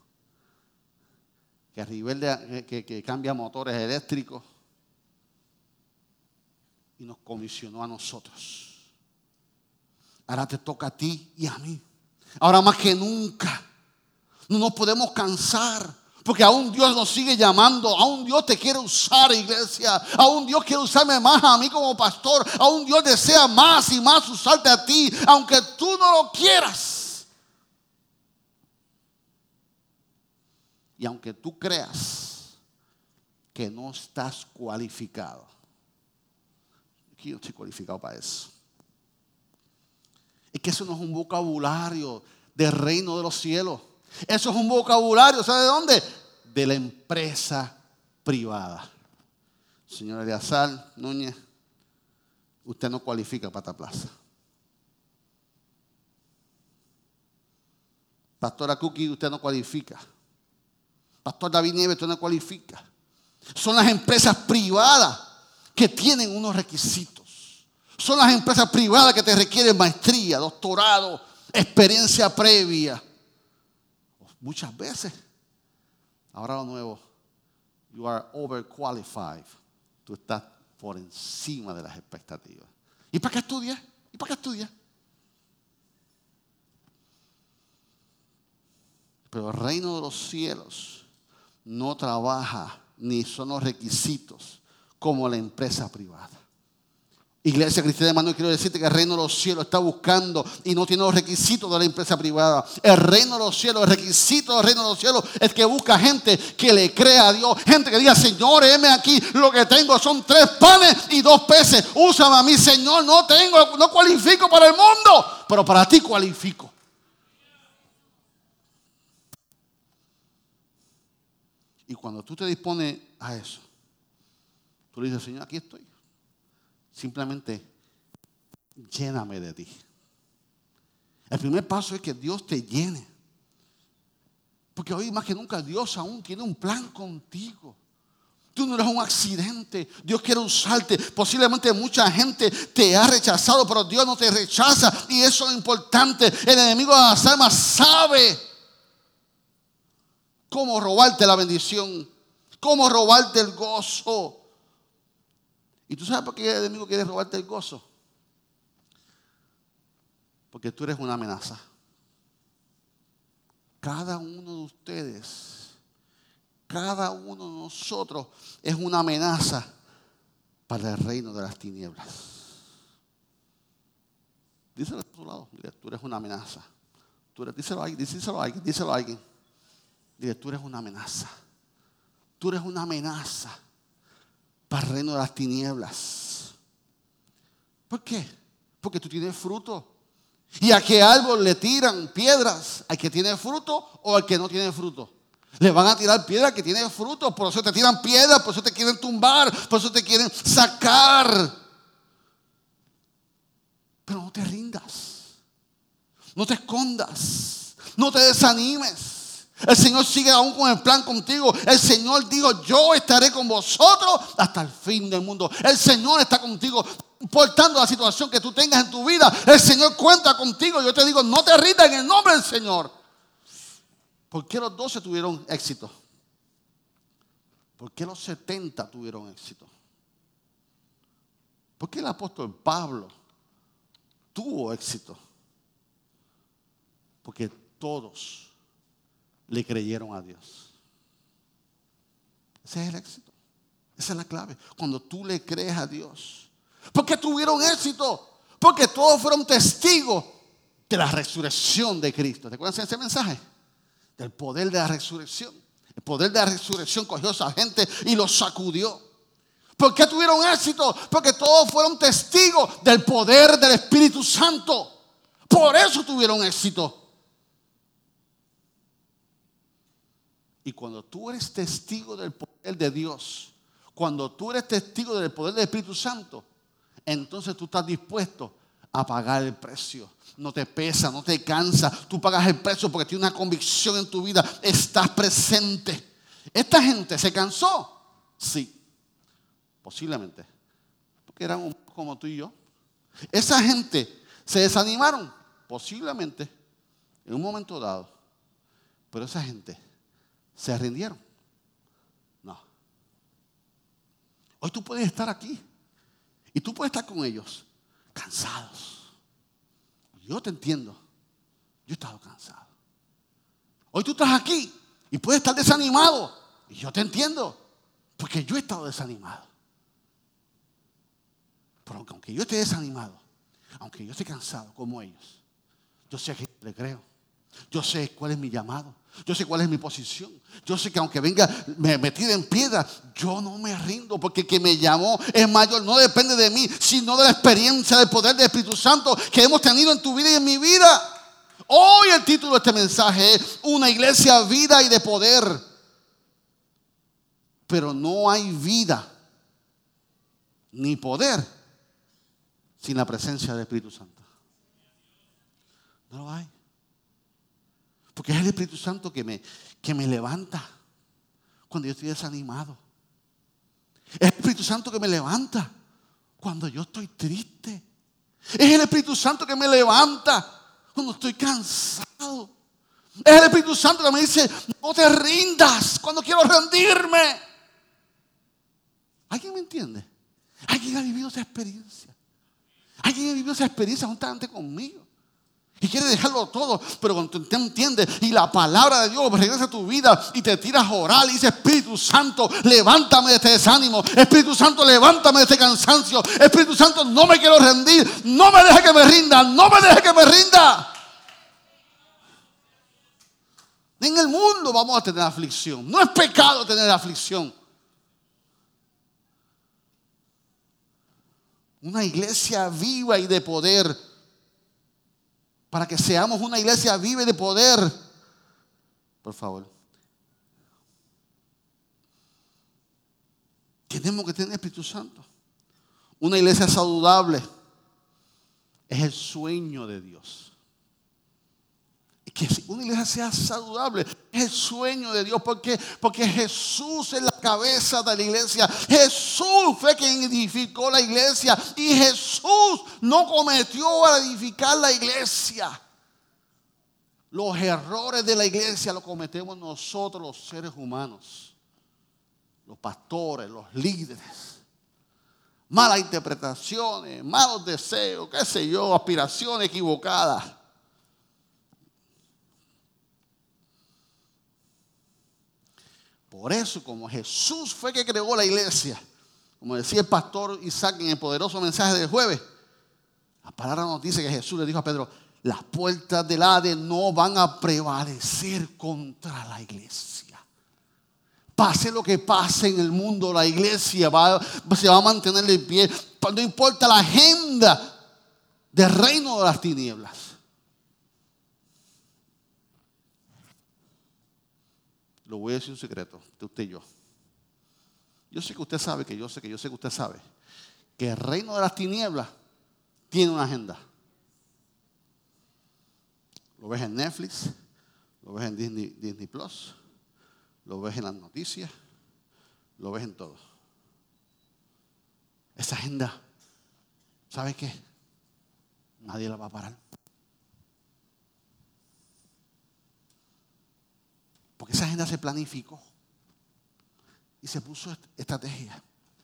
S2: que, rebelde, que, que cambia motores eléctricos, y nos comisionó a nosotros. Ahora te toca a ti y a mí. Ahora más que nunca no nos podemos cansar, porque aún Dios nos sigue llamando. Aún Dios te quiere usar, iglesia. Aún Dios quiere usarme más a mí como pastor. Aún Dios desea más y más usarte a ti, aunque tú no lo quieras. Y aunque tú creas que no estás cualificado. Aquí no estoy cualificado para eso. Es que eso no es un vocabulario del reino de los cielos. Eso es un vocabulario, ¿sabe de dónde? De la empresa privada. Señor Eleazar Núñez, usted no cualifica para esta plaza. Pastora Cookie, usted no cualifica. Pastor David Nieves, usted no cualifica. Son las empresas privadas que tienen unos requisitos. Son las empresas privadas que te requieren maestría, doctorado, experiencia previa. Muchas veces, ahora lo nuevo, you are overqualified. Tú estás por encima de las expectativas. ¿Y para qué estudias? ¿Y para qué estudias? Pero el reino de los cielos no trabaja ni son los requisitos como la empresa privada. Iglesia Cristiana de Manuel, quiero decirte que el reino de los cielos está buscando y no tiene los requisitos de la empresa privada. El reino de los cielos, el requisito del reino de los cielos es que busca gente que le crea a Dios. Gente que diga, Señor, heme aquí, lo que tengo son tres panes y dos peces. Úsame a mí, Señor, no tengo, no cualifico para el mundo, pero para ti cualifico. Y cuando tú te dispones a eso, tú le dices, Señor, aquí estoy. Simplemente lléname de ti. El primer paso es que Dios te llene. Porque hoy más que nunca Dios aún tiene un plan contigo. Tú no eres un accidente. Dios quiere usarte. Posiblemente mucha gente te ha rechazado, pero Dios no te rechaza. Y eso es importante. El enemigo de las almas sabe cómo robarte la bendición, cómo robarte el gozo. ¿Y tú sabes por qué el enemigo quiere robarte el gozo? Porque tú eres una amenaza. Cada uno de ustedes, cada uno de nosotros es una amenaza para el reino de las tinieblas. Díselo a tu lado, dile, tú eres una amenaza. Tú eres, díselo a alguien, díselo a alguien, díselo a alguien. Dile, tú eres una amenaza. Tú eres una amenaza para el reino de las tinieblas. ¿Por qué? Porque tú tienes fruto. ¿Y a qué árbol le tiran piedras? ¿Al que tiene fruto o al que no tiene fruto? Le van a tirar piedras al que tiene fruto. Por eso te tiran piedras, por eso te quieren tumbar, por eso te quieren sacar. Pero no te rindas. No te escondas. No te desanimes. El Señor sigue aún con el plan contigo. El Señor dijo, yo estaré con vosotros hasta el fin del mundo. El Señor está contigo. No importando la situación que tú tengas en tu vida, el Señor cuenta contigo. Yo te digo, no te rindas en el nombre del Señor. ¿Por qué los doce tuvieron éxito? ¿Por qué los setenta tuvieron éxito? ¿Por qué el apóstol Pablo tuvo éxito? Porque todos le creyeron a Dios. Ese es el éxito. Esa es la clave. Cuando tú le crees a Dios. ¿Por qué tuvieron éxito? Porque todos fueron testigos de la resurrección de Cristo. ¿Te acuerdas de ese mensaje? Del poder de la resurrección. El poder de la resurrección cogió a esa gente y los sacudió. ¿Por qué tuvieron éxito? Porque todos fueron testigos del poder del Espíritu Santo. Por eso tuvieron éxito. Y cuando tú eres testigo del poder de Dios, cuando tú eres testigo del poder del Espíritu Santo, entonces tú estás dispuesto a pagar el precio. No te pesa, no te cansa. Tú pagas el precio porque tienes una convicción en tu vida. Estás presente. ¿Esta gente se cansó? Sí, posiblemente. Porque eran un poco como tú y yo. ¿Esa gente se desanimaron? Posiblemente, en un momento dado. Pero esa gente ¿se rindieron? No. Hoy tú puedes estar aquí y tú puedes estar con ellos cansados. Yo te entiendo. Yo he estado cansado. Hoy tú estás aquí y puedes estar desanimado. Y yo te entiendo. Porque yo he estado desanimado. Pero aunque yo esté desanimado, aunque yo esté cansado como ellos, yo sé que le creo. Yo sé cuál es mi llamado. Yo sé cuál es mi posición. Yo sé que aunque venga me, me tiren piedra, yo no me rindo, porque el que me llamó es mayor. No depende de mí, sino de la experiencia, del poder del Espíritu Santo que hemos tenido en tu vida y en mi vida. Hoy el título de este mensaje es una iglesia vida y de poder. Pero no hay vida ni poder sin la presencia del Espíritu Santo. No lo hay. Porque es el Espíritu Santo que me, que me levanta cuando yo estoy desanimado. Es el Espíritu Santo que me levanta cuando yo estoy triste. Es el Espíritu Santo que me levanta cuando estoy cansado. Es el Espíritu Santo que me dice, no te rindas cuando quiero rendirme. ¿Alguien me entiende? ¿Alguien ha vivido esa experiencia? ¿Alguien ha vivido esa experiencia juntamente conmigo? Y quiere dejarlo todo, pero cuando te entiendes y la palabra de Dios regresa a tu vida y te tiras a orar y dice, Espíritu Santo, levántame de este desánimo. Espíritu Santo, levántame de este cansancio. Espíritu Santo, no me quiero rendir. No me deje que me rinda. No me deje que me rinda. En el mundo vamos a tener aflicción. No es pecado tener aflicción. Una iglesia viva y de poder. Para que seamos una iglesia viva y de poder. Por favor. Tenemos que tener Espíritu Santo. Una iglesia saludable es el sueño de Dios. Que una iglesia sea saludable es el sueño de Dios. ¿Por qué? Porque Jesús es la cabeza de la iglesia. Jesús fue quien edificó la iglesia. Y Jesús no cometió al edificar la iglesia. Los errores de la iglesia los cometemos nosotros, los seres humanos. Los pastores, los líderes. Malas interpretaciones, malos deseos, qué sé yo, aspiraciones equivocadas. Por eso, como Jesús fue que creó la iglesia, como decía el pastor Isaac en el poderoso mensaje del jueves, la palabra nos dice que Jesús le dijo a Pedro, las puertas del Hades no van a prevalecer contra la iglesia. Pase lo que pase en el mundo, la iglesia va, se va a mantener de pie. No importa la agenda del reino de las tinieblas. Lo voy a decir un secreto de usted y yo. Yo sé que usted sabe, que yo sé que yo sé que usted sabe, que el reino de las tinieblas tiene una agenda. Lo ves en Netflix, lo ves en Disney, Disney Plus, lo ves en las noticias, lo ves en todo. Esa agenda, ¿sabe qué? Nadie la va a parar. Porque esa agenda se planificó y se puso estrategia.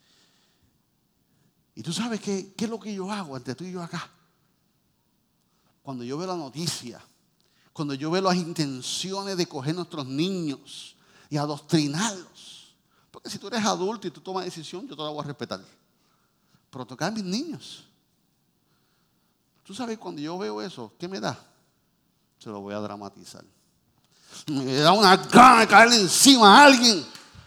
S2: Y tú sabes qué, qué es lo que yo hago entre tú y yo acá. Cuando yo veo la noticia, cuando yo veo las intenciones de coger nuestros niños y adoctrinarlos. Porque si tú eres adulto y tú tomas decisión, yo te la voy a respetar. Pero tocar a mis niños. Tú sabes, cuando yo veo eso, ¿qué me da? Se lo voy a dramatizar. Me da una gana de caerle encima a alguien.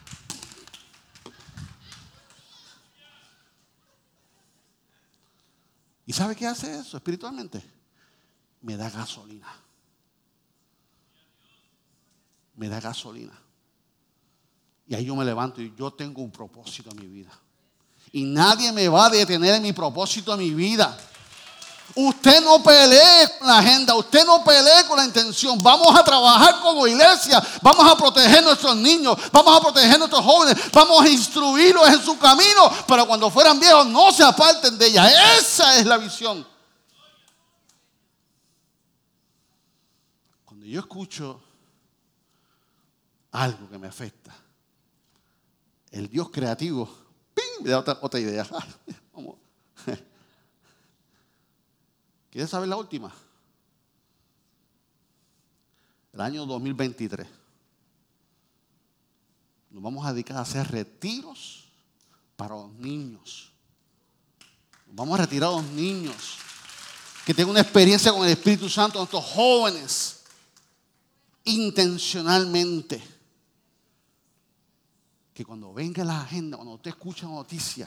S2: ¿Y sabe qué hace eso espiritualmente? Me da gasolina. Me da gasolina. Y ahí yo me levanto y yo tengo un propósito en mi vida. Y nadie me va a detener en mi propósito en mi vida. Usted no pelee con la agenda, usted no pelee con la intención. Vamos a trabajar como iglesia, vamos a proteger a nuestros niños, vamos a proteger a nuestros jóvenes, vamos a instruirlos en su camino, pero cuando fueran viejos no se aparten de ella. Esa es la visión. Cuando yo escucho algo que me afecta, el Dios creativo, ¡ping!, me da otra, otra idea. Vamos. ¿Quieres saber la última? El año dos mil veintitrés. Nos vamos a dedicar a hacer retiros para los niños. Nos vamos a retirar a los niños que tengan una experiencia con el Espíritu Santo, a nuestros jóvenes. intencionalmente. Que cuando venga la agenda, cuando usted escucha noticias,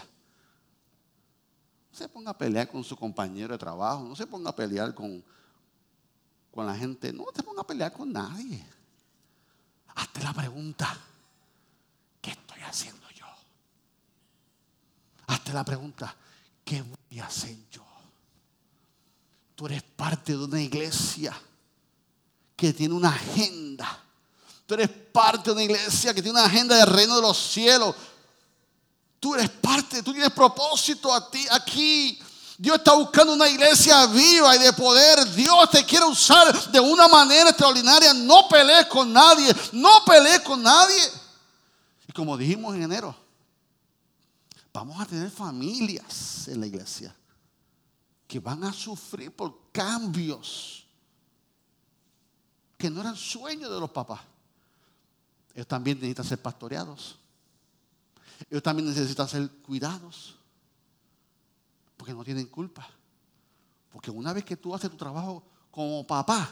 S2: no se ponga a pelear con su compañero de trabajo, no se ponga a pelear con, con la gente, no se ponga a pelear con nadie. Hazte la pregunta, ¿qué estoy haciendo yo? Hazte la pregunta, ¿qué voy a hacer yo? Tú eres parte de una iglesia que tiene una agenda. Tú eres parte de una iglesia que tiene una agenda del reino de los cielos. Tú eres parte, tú tienes propósito a ti, aquí. Dios está buscando una iglesia viva y de poder. Dios te quiere usar de una manera extraordinaria. No pelees con nadie, no pelees con nadie. Y como dijimos en enero, vamos a tener familias en la iglesia que van a sufrir por cambios que no eran sueños de los papás. Ellos también necesitan ser pastoreados. Ellos también necesitan ser cuidados. Porque no tienen culpa. Porque una vez que tú haces tu trabajo como papá,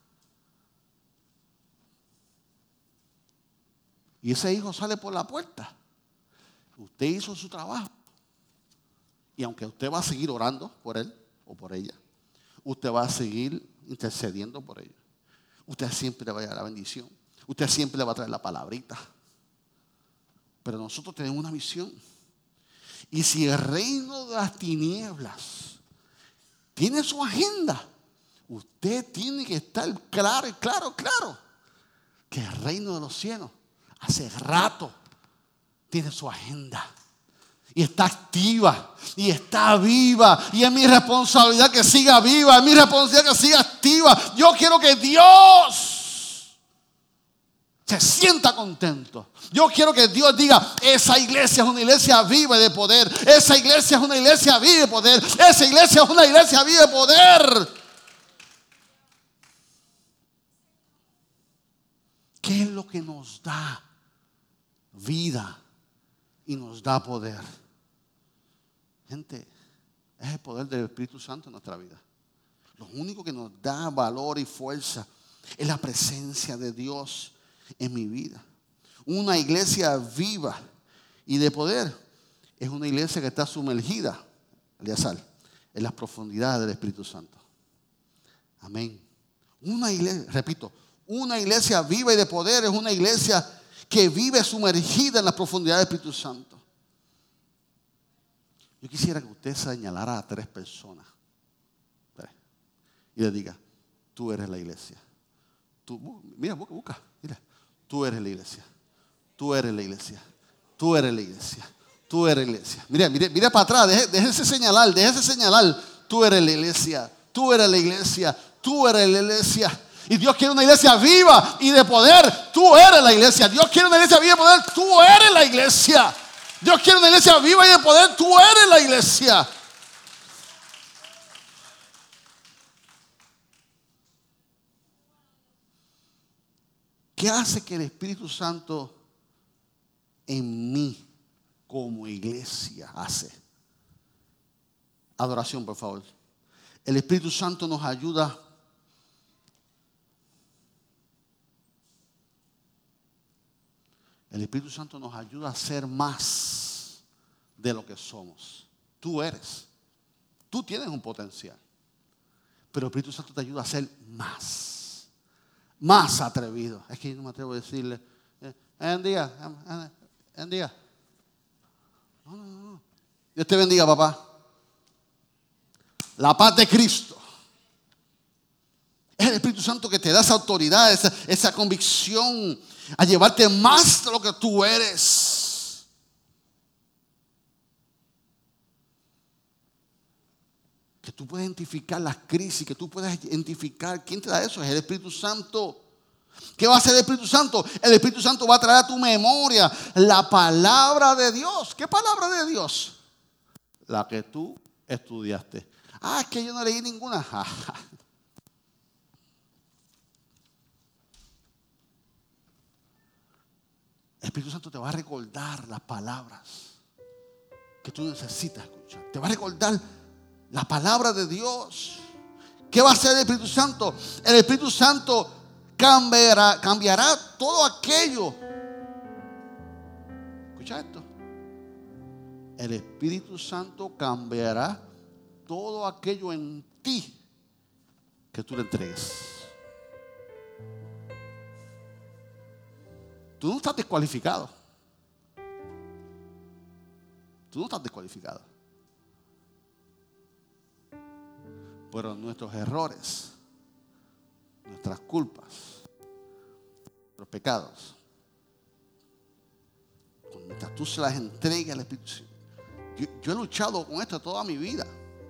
S2: y ese hijo sale por la puerta, usted hizo su trabajo. Y aunque usted va a seguir orando por él o por ella, usted va a seguir intercediendo por ellos. Usted siempre le va a dar la bendición. Usted siempre le va a traer la palabrita. Pero nosotros tenemos una visión. Y si el reino de las tinieblas tiene su agenda, usted tiene que estar claro, claro, claro, que el reino de los cielos hace rato tiene su agenda. Y está activa, y está viva, y es mi responsabilidad que siga viva, es mi responsabilidad que siga activa. Yo quiero que Dios se sienta contento. Yo quiero que Dios diga, esa iglesia es una iglesia viva y de poder. Esa iglesia es una iglesia viva y de poder. Esa iglesia es una iglesia viva y de poder. ¿Qué es lo que nos da vida y nos da poder? Gente, es el poder del Espíritu Santo en nuestra vida. Lo único que nos da valor y fuerza es la presencia de Dios en mi vida. Una iglesia viva y de poder es una iglesia que está sumergida, Eleazar, en las profundidades del Espíritu Santo. Amén. Una iglesia, repito, una iglesia viva y de poder es una iglesia que vive sumergida en las profundidades del Espíritu Santo. Yo quisiera que usted señalara a tres personas y le diga, tú eres la iglesia. Tú, mira, busca, busca, mira. Tú eres la iglesia. Tú eres la iglesia. Tú eres la iglesia. Tú eres la iglesia. Mira, mira, mira para atrás. Deje, déjese señalar, déjese señalar. Tú eres la iglesia. Tú eres la iglesia. Tú eres la iglesia. Y Dios quiere una iglesia viva y de poder. Tú eres la iglesia. Dios quiere una iglesia viva y de poder. Tú eres la iglesia. Dios quiere una iglesia viva y de poder. Tú eres la iglesia. ¿Qué hace que el Espíritu Santo en mí como iglesia hace? Adoración, por favor. El Espíritu Santo nos ayuda El Espíritu Santo nos ayuda a ser más de lo que somos. Tú eres. Tú tienes un potencial. Pero el Espíritu Santo te ayuda a ser más. Más atrevido. Es que yo no me atrevo a decirle, en día, en día. No, no, no. Dios te bendiga, papá. La paz de Cristo. Es el Espíritu Santo que te da esa autoridad, esa, esa convicción a llevarte más de lo que tú eres. Que tú puedas identificar las crisis, que tú puedas identificar quién te da eso. Es el Espíritu Santo. ¿Qué va a hacer el Espíritu Santo? El Espíritu Santo va a traer a tu memoria la palabra de Dios. ¿Qué palabra de Dios? La que tú estudiaste. Ah, es que yo no leí ninguna. El Espíritu Santo te va a recordar las palabras que tú necesitas escuchar. Te va a recordar la palabra de Dios. ¿Qué va a hacer el Espíritu Santo? El Espíritu Santo cambiará, cambiará todo aquello. Escucha esto. El Espíritu Santo cambiará todo aquello en ti que tú le entregues. Tú no estás descualificado. Tú no estás descualificado. Pero nuestros errores, nuestras culpas, nuestros pecados, mientras tú se las entregues al Espíritu Santo. Yo, yo he luchado con esto toda mi vida.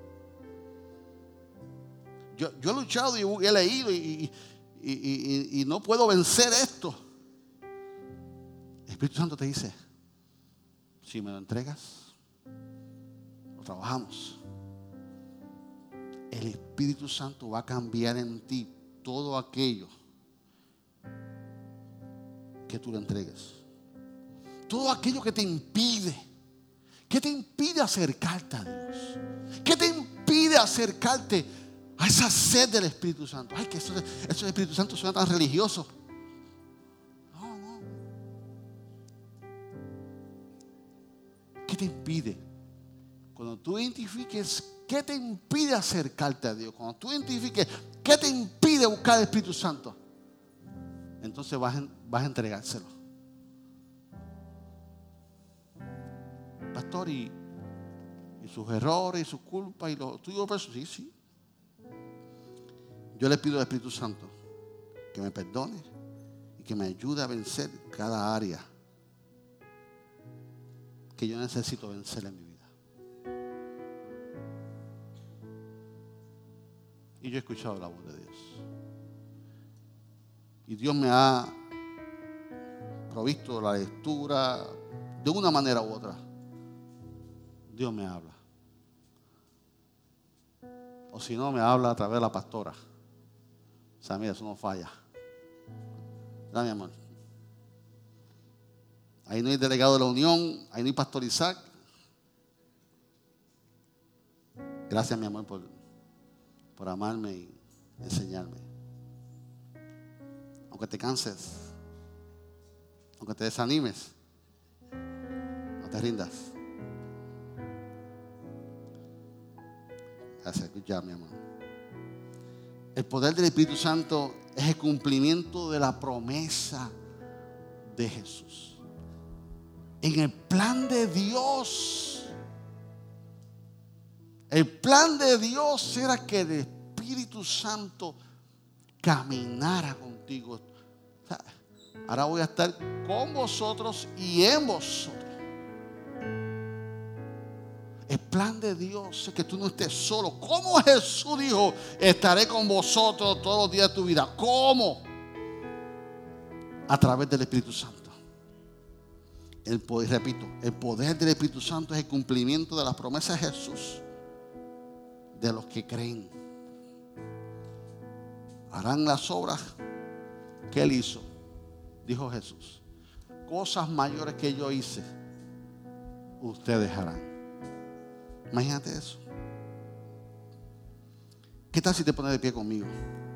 S2: Yo, yo he luchado y he leído y, y, y, y no puedo vencer esto. El Espíritu Santo te dice, si me lo entregas, lo trabajamos. El Espíritu Santo va a cambiar en ti todo aquello que tú le entregues. Todo aquello que te impide. ¿Qué te impide acercarte a Dios? ¿Qué te impide acercarte a esa sed del Espíritu Santo? Ay, que eso, eso del Espíritu Santo suena tan religioso. No, no. ¿Qué te impide? Cuando tú identifiques qué te impide acercarte a Dios, cuando tú identifiques qué te impide buscar el Espíritu Santo, entonces vas, vas a entregárselo. Pastor, y, y sus errores y sus culpas y los tuyos, pues, sí, sí. Yo le pido al Espíritu Santo que me perdone y que me ayude a vencer cada área que yo necesito vencer en mi vida. Y yo he escuchado la voz de Dios. Y Dios me ha provisto la lectura de una manera u otra. Dios me habla. O si no, me habla a través de la pastora. O sea, mira, eso no falla. ¿Verdad, mi amor? Ahí no hay delegado de la unión, ahí no hay pastor Isaac. Gracias, mi amor, por, por amarme y enseñarme. Aunque te canses, aunque te desanimes, no te rindas. Gracias, escucha, mi amor. El poder del Espíritu Santo es el cumplimiento de la promesa de Jesús. En el plan de Dios, el plan de Dios era que el Espíritu Santo caminara contigo. O sea, ahora voy a estar con vosotros y en vosotros. El plan de Dios es que tú no estés solo. ¿Cómo Jesús dijo, estaré con vosotros todos los días de tu vida? ¿Cómo? A través del Espíritu Santo. El poder, repito, el poder del Espíritu Santo es el cumplimiento de las promesas de Jesús. De los que creen. Harán las obras que Él hizo. Dijo Jesús. Cosas mayores que yo hice, ustedes harán. Imagínate eso. ¿Qué tal si te pones de pie conmigo?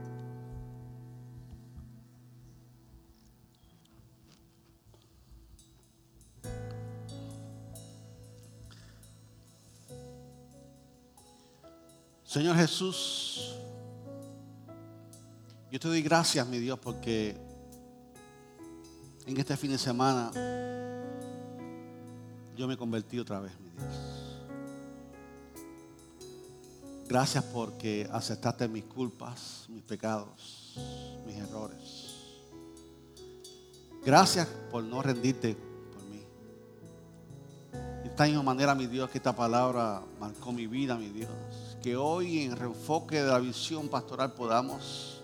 S2: Señor Jesús, yo te doy gracias, mi Dios, porque en este fin de semana yo me convertí otra vez, mi Dios. Gracias porque aceptaste mis culpas, mis pecados, mis errores. Gracias por no rendirte por mí. De esta misma manera, mi Dios, que esta palabra marcó mi vida, mi Dios. Que hoy en reenfoque de la visión pastoral podamos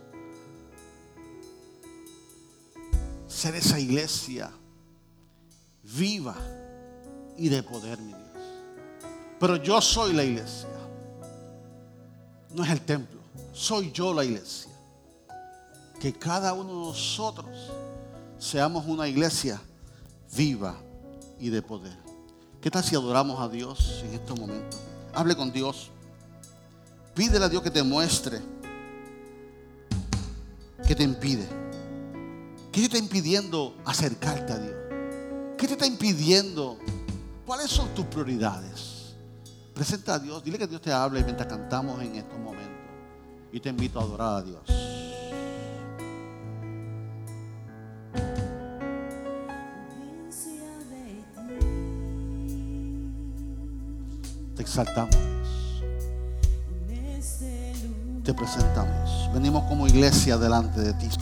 S2: ser esa iglesia viva y de poder, mi Dios. Pero yo soy la iglesia. No es el templo, soy yo la iglesia. Que cada uno de nosotros seamos una iglesia viva y de poder. ¿Qué tal si adoramos a Dios en estos momentos? Hable con Dios. Pídele a Dios que te muestre qué te impide. ¿Qué te está impidiendo acercarte a Dios? ¿Qué te está impidiendo? ¿Cuáles son tus prioridades? Presenta a Dios, dile que Dios te hable mientras cantamos en estos momentos. Y te invito a adorar a Dios. Te exaltamos, te presentamos. Venimos como iglesia delante de ti.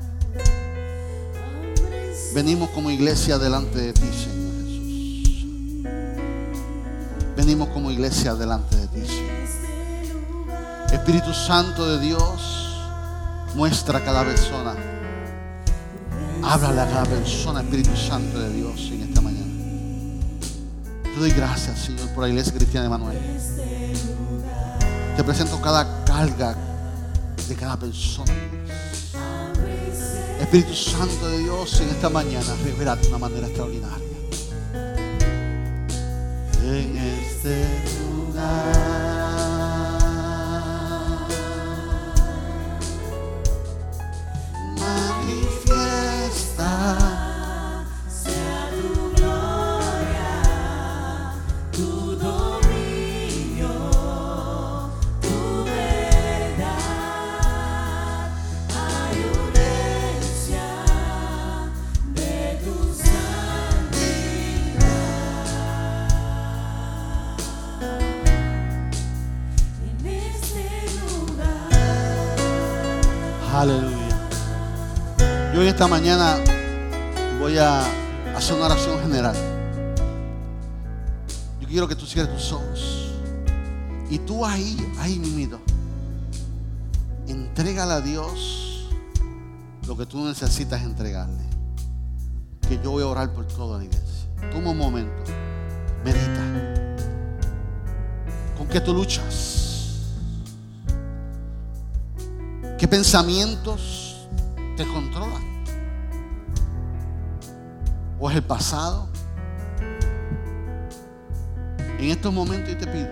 S2: Venimos como iglesia delante de ti, Señor Jesús. Venimos como iglesia delante de ti, Señor. Espíritu Santo de Dios, muestra a cada persona. Háblale a cada persona, Espíritu Santo de Dios, en esta mañana. Te doy gracias, Señor, por la Iglesia Cristiana de Emanuel. Te presento cada carga de cada persona. Espíritu Santo de Dios, en esta mañana, revélate de una manera extraordinaria. En este lugar. Aleluya. Yo en esta mañana voy a hacer una oración general. Yo quiero que tú cierres tus ojos. Y tú ahí, ahí mismo, entrégale a Dios lo que tú necesitas entregarle. Que yo voy a orar por toda la iglesia. Toma un momento. Medita. ¿Con qué tú luchas? ¿Qué pensamientos te controlan? ¿O es el pasado? En estos momentos yo te pido,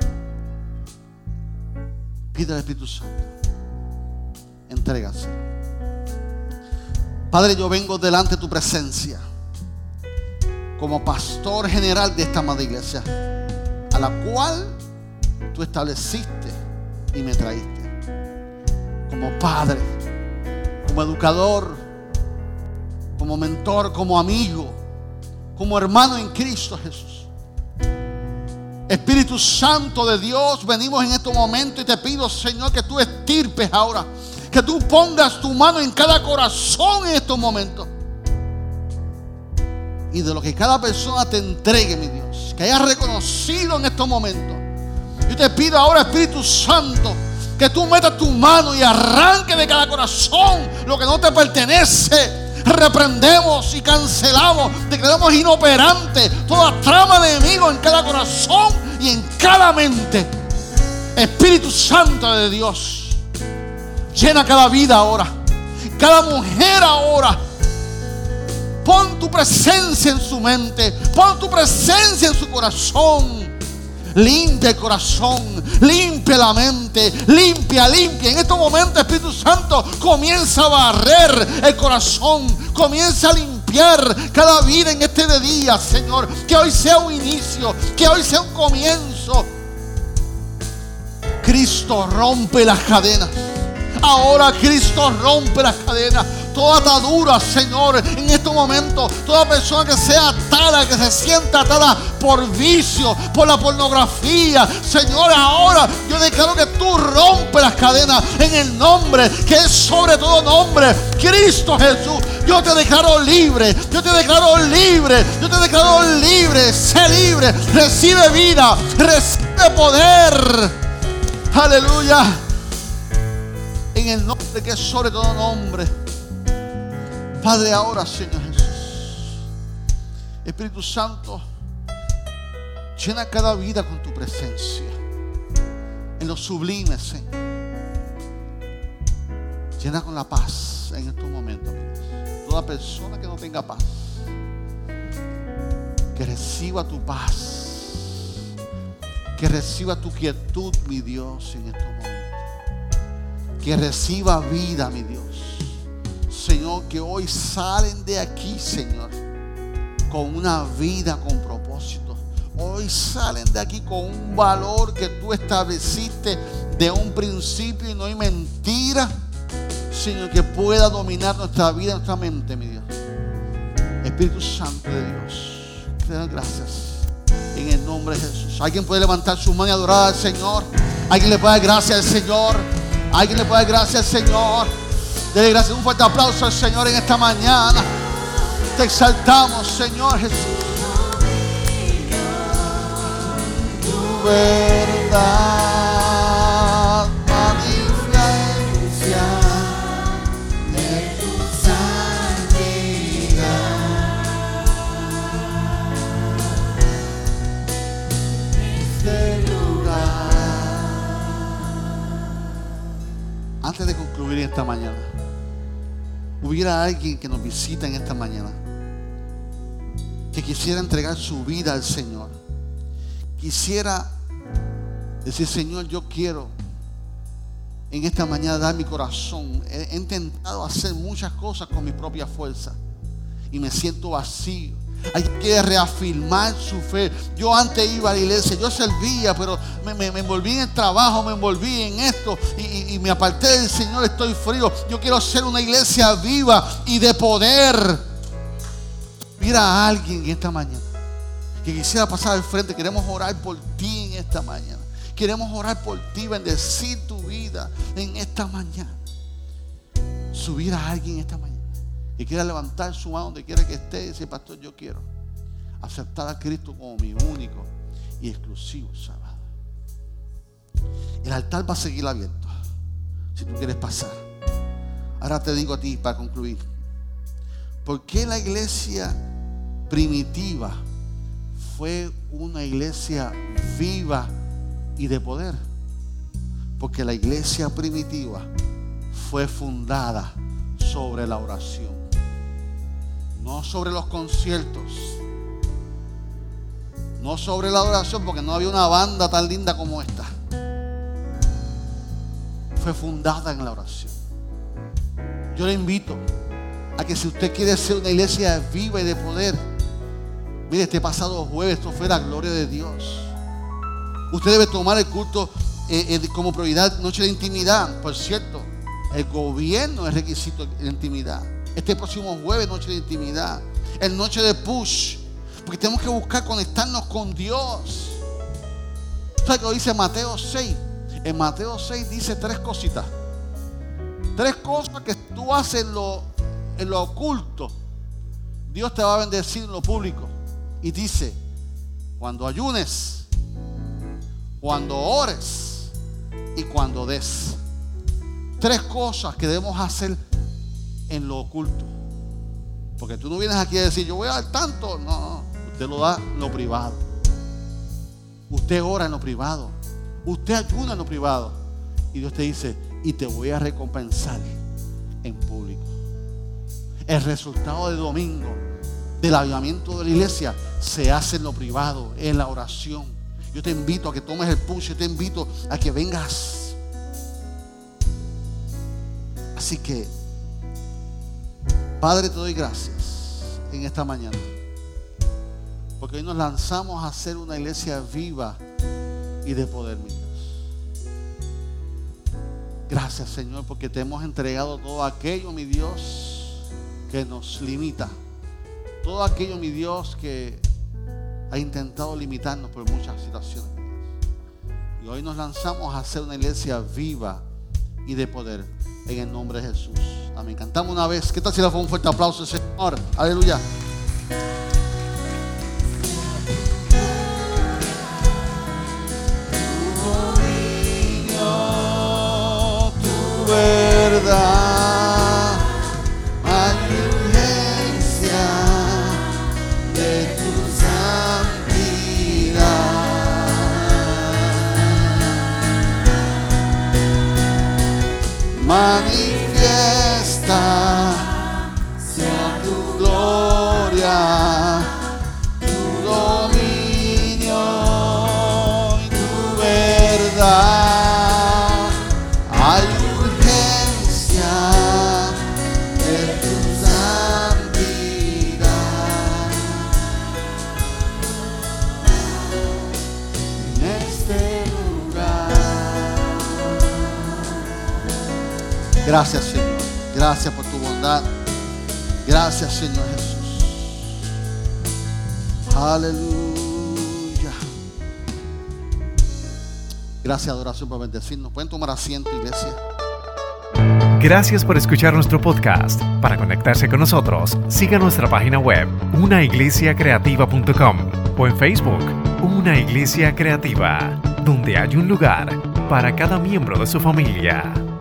S2: pide al Espíritu Santo, entrégaselo. Padre, yo vengo delante de tu presencia como pastor general de esta amada iglesia, a la cual tú estableciste y me traíste. Como padre, como educador, como mentor, como amigo, como hermano en Cristo Jesús. Espíritu Santo de Dios, venimos en estos momentos y te pido, Señor, que tú estirpes ahora, que tú pongas tu mano en cada corazón en estos momentos. Y de lo que cada persona te entregue, mi Dios, que hayas reconocido en estos momentos. Yo te pido ahora, Espíritu Santo, que tú metas tu mano y arranque de cada corazón lo que no te pertenece. Reprendemos y cancelamos, declaramos inoperante toda trama de enemigo en cada corazón y en cada mente. Espíritu Santo de Dios, llena cada vida ahora, cada mujer ahora. Pon tu presencia en su mente, pon tu presencia en su corazón. Limpia el corazón, limpia la mente, limpia, limpia. En estos momentos, Espíritu Santo, comienza a barrer el corazón, comienza a limpiar cada vida en este de día, Señor. Que hoy sea un inicio, que hoy sea un comienzo. Cristo rompe las cadenas. Ahora Cristo rompe las cadenas. Toda atadura, Señor, en estos momentos, toda persona que sea atada, que se sienta atada por vicio, por la pornografía, Señor, ahora yo declaro que tú rompes las cadenas en el nombre que es sobre todo nombre, Cristo Jesús. Yo te declaro libre, yo te declaro libre, yo te declaro libre. Sé libre, recibe vida, recibe poder. Aleluya. En el nombre que es sobre todo nombre. Padre, ahora, Señor Jesús, Espíritu Santo, llena cada vida con tu presencia, en lo sublime, Señor. Llena con la paz en estos momentos, Dios. Toda persona que no tenga paz, que reciba tu paz, que reciba tu quietud, mi Dios, en estos momentos. Que reciba vida, mi Dios. Señor, Señor, que hoy salen de aquí, Señor, con una vida con propósito. Hoy salen de aquí con un valor que tú estableciste de un principio y no hay mentira, Señor, que pueda dominar nuestra vida, nuestra mente, mi Dios. Espíritu Santo de Dios, te doy gracias en el nombre de Jesús. Alguien puede levantar su mano y adorar al Señor. Alguien le puede dar gracias al Señor. Alguien le puede dar gracias al Señor. Dele gracias, un fuerte aplauso al Señor en esta mañana. Te exaltamos, Señor Jesús. Tu verdad magnificencia de tu santidad. Este lugar. Antes de concluir esta mañana, hubiera alguien que nos visita en esta mañana, que quisiera entregar su vida al Señor, quisiera decir: Señor, yo quiero en esta mañana dar mi corazón. He, he intentado hacer muchas cosas con mi propia fuerza y me siento vacío. Hay que reafirmar su fe. Yo antes iba a la iglesia, yo servía, pero me, me, me envolví en el trabajo, me envolví en esto y, y, y me aparté del Señor, estoy frío. Yo quiero ser una iglesia viva y de poder. Mira a alguien en esta mañana que quisiera pasar al frente. Queremos orar por ti en esta mañana. Queremos orar por ti, bendecir tu vida en esta mañana. Subir a alguien en esta mañana que quiera levantar su mano donde quiera que esté y decir: pastor, yo quiero aceptar a Cristo como mi único y exclusivo Salvador. El altar va a seguir abierto si tú quieres pasar. Ahora te digo a ti, para concluir, ¿por qué la iglesia primitiva fue una iglesia viva y de poder? Porque la iglesia primitiva fue fundada sobre la oración, no sobre los conciertos, no sobre la adoración, porque no había una banda tan linda como esta. Fue fundada en la oración. Yo le invito a que si usted quiere ser una iglesia viva y de poder, mire, este pasado jueves esto fue la gloria de Dios. Usted debe tomar el culto eh, eh, como prioridad, noche de intimidad. Por cierto, el gobierno es requisito de intimidad. Este próximo jueves, noche de intimidad. El noche de push. Porque tenemos que buscar conectarnos con Dios. ¿Sabes qué lo dice Mateo seis? En Mateo seis dice tres cositas. Tres cosas que tú haces en lo, en lo oculto, Dios te va a bendecir en lo público. Y dice: cuando ayunes, cuando ores y cuando des. Tres cosas que debemos hacer en lo oculto. Porque tú no vienes aquí a decir: yo voy a dar tanto. No, no, usted lo da en lo privado. Usted ora en lo privado. Usted ayuna en lo privado. Y Dios te dice: y te voy a recompensar en público. El resultado de domingo del avivamiento de la iglesia se hace en lo privado, en la oración. Yo te invito a que tomes el push. Yo te invito a que vengas. Así que, Padre, te doy gracias en esta mañana, porque hoy nos lanzamos a ser una iglesia viva y de poder, mi Dios. Gracias, Señor, porque te hemos entregado todo aquello, mi Dios, que nos limita. Todo aquello, mi Dios, que ha intentado limitarnos por muchas situaciones, mi Dios. Y hoy nos lanzamos a ser una iglesia viva y de poder, en el nombre de Jesús. Amén. Cantamos una vez. ¿Qué tal si le damos un fuerte aplauso al Señor? Aleluya. Tu verdad, magnificencia de tu santidad. Manifiesta sea tu gloria Gracias, Señor. Gracias por tu bondad. Gracias, Señor Jesús. Aleluya. Gracias, adoración, por bendecirnos. Pueden tomar asiento, iglesia.
S1: Gracias por escuchar nuestro podcast. Para conectarse con nosotros, siga nuestra página web, una iglesia creativa punto com, o en Facebook, Una Iglesia Creativa, donde hay un lugar para cada miembro de su familia.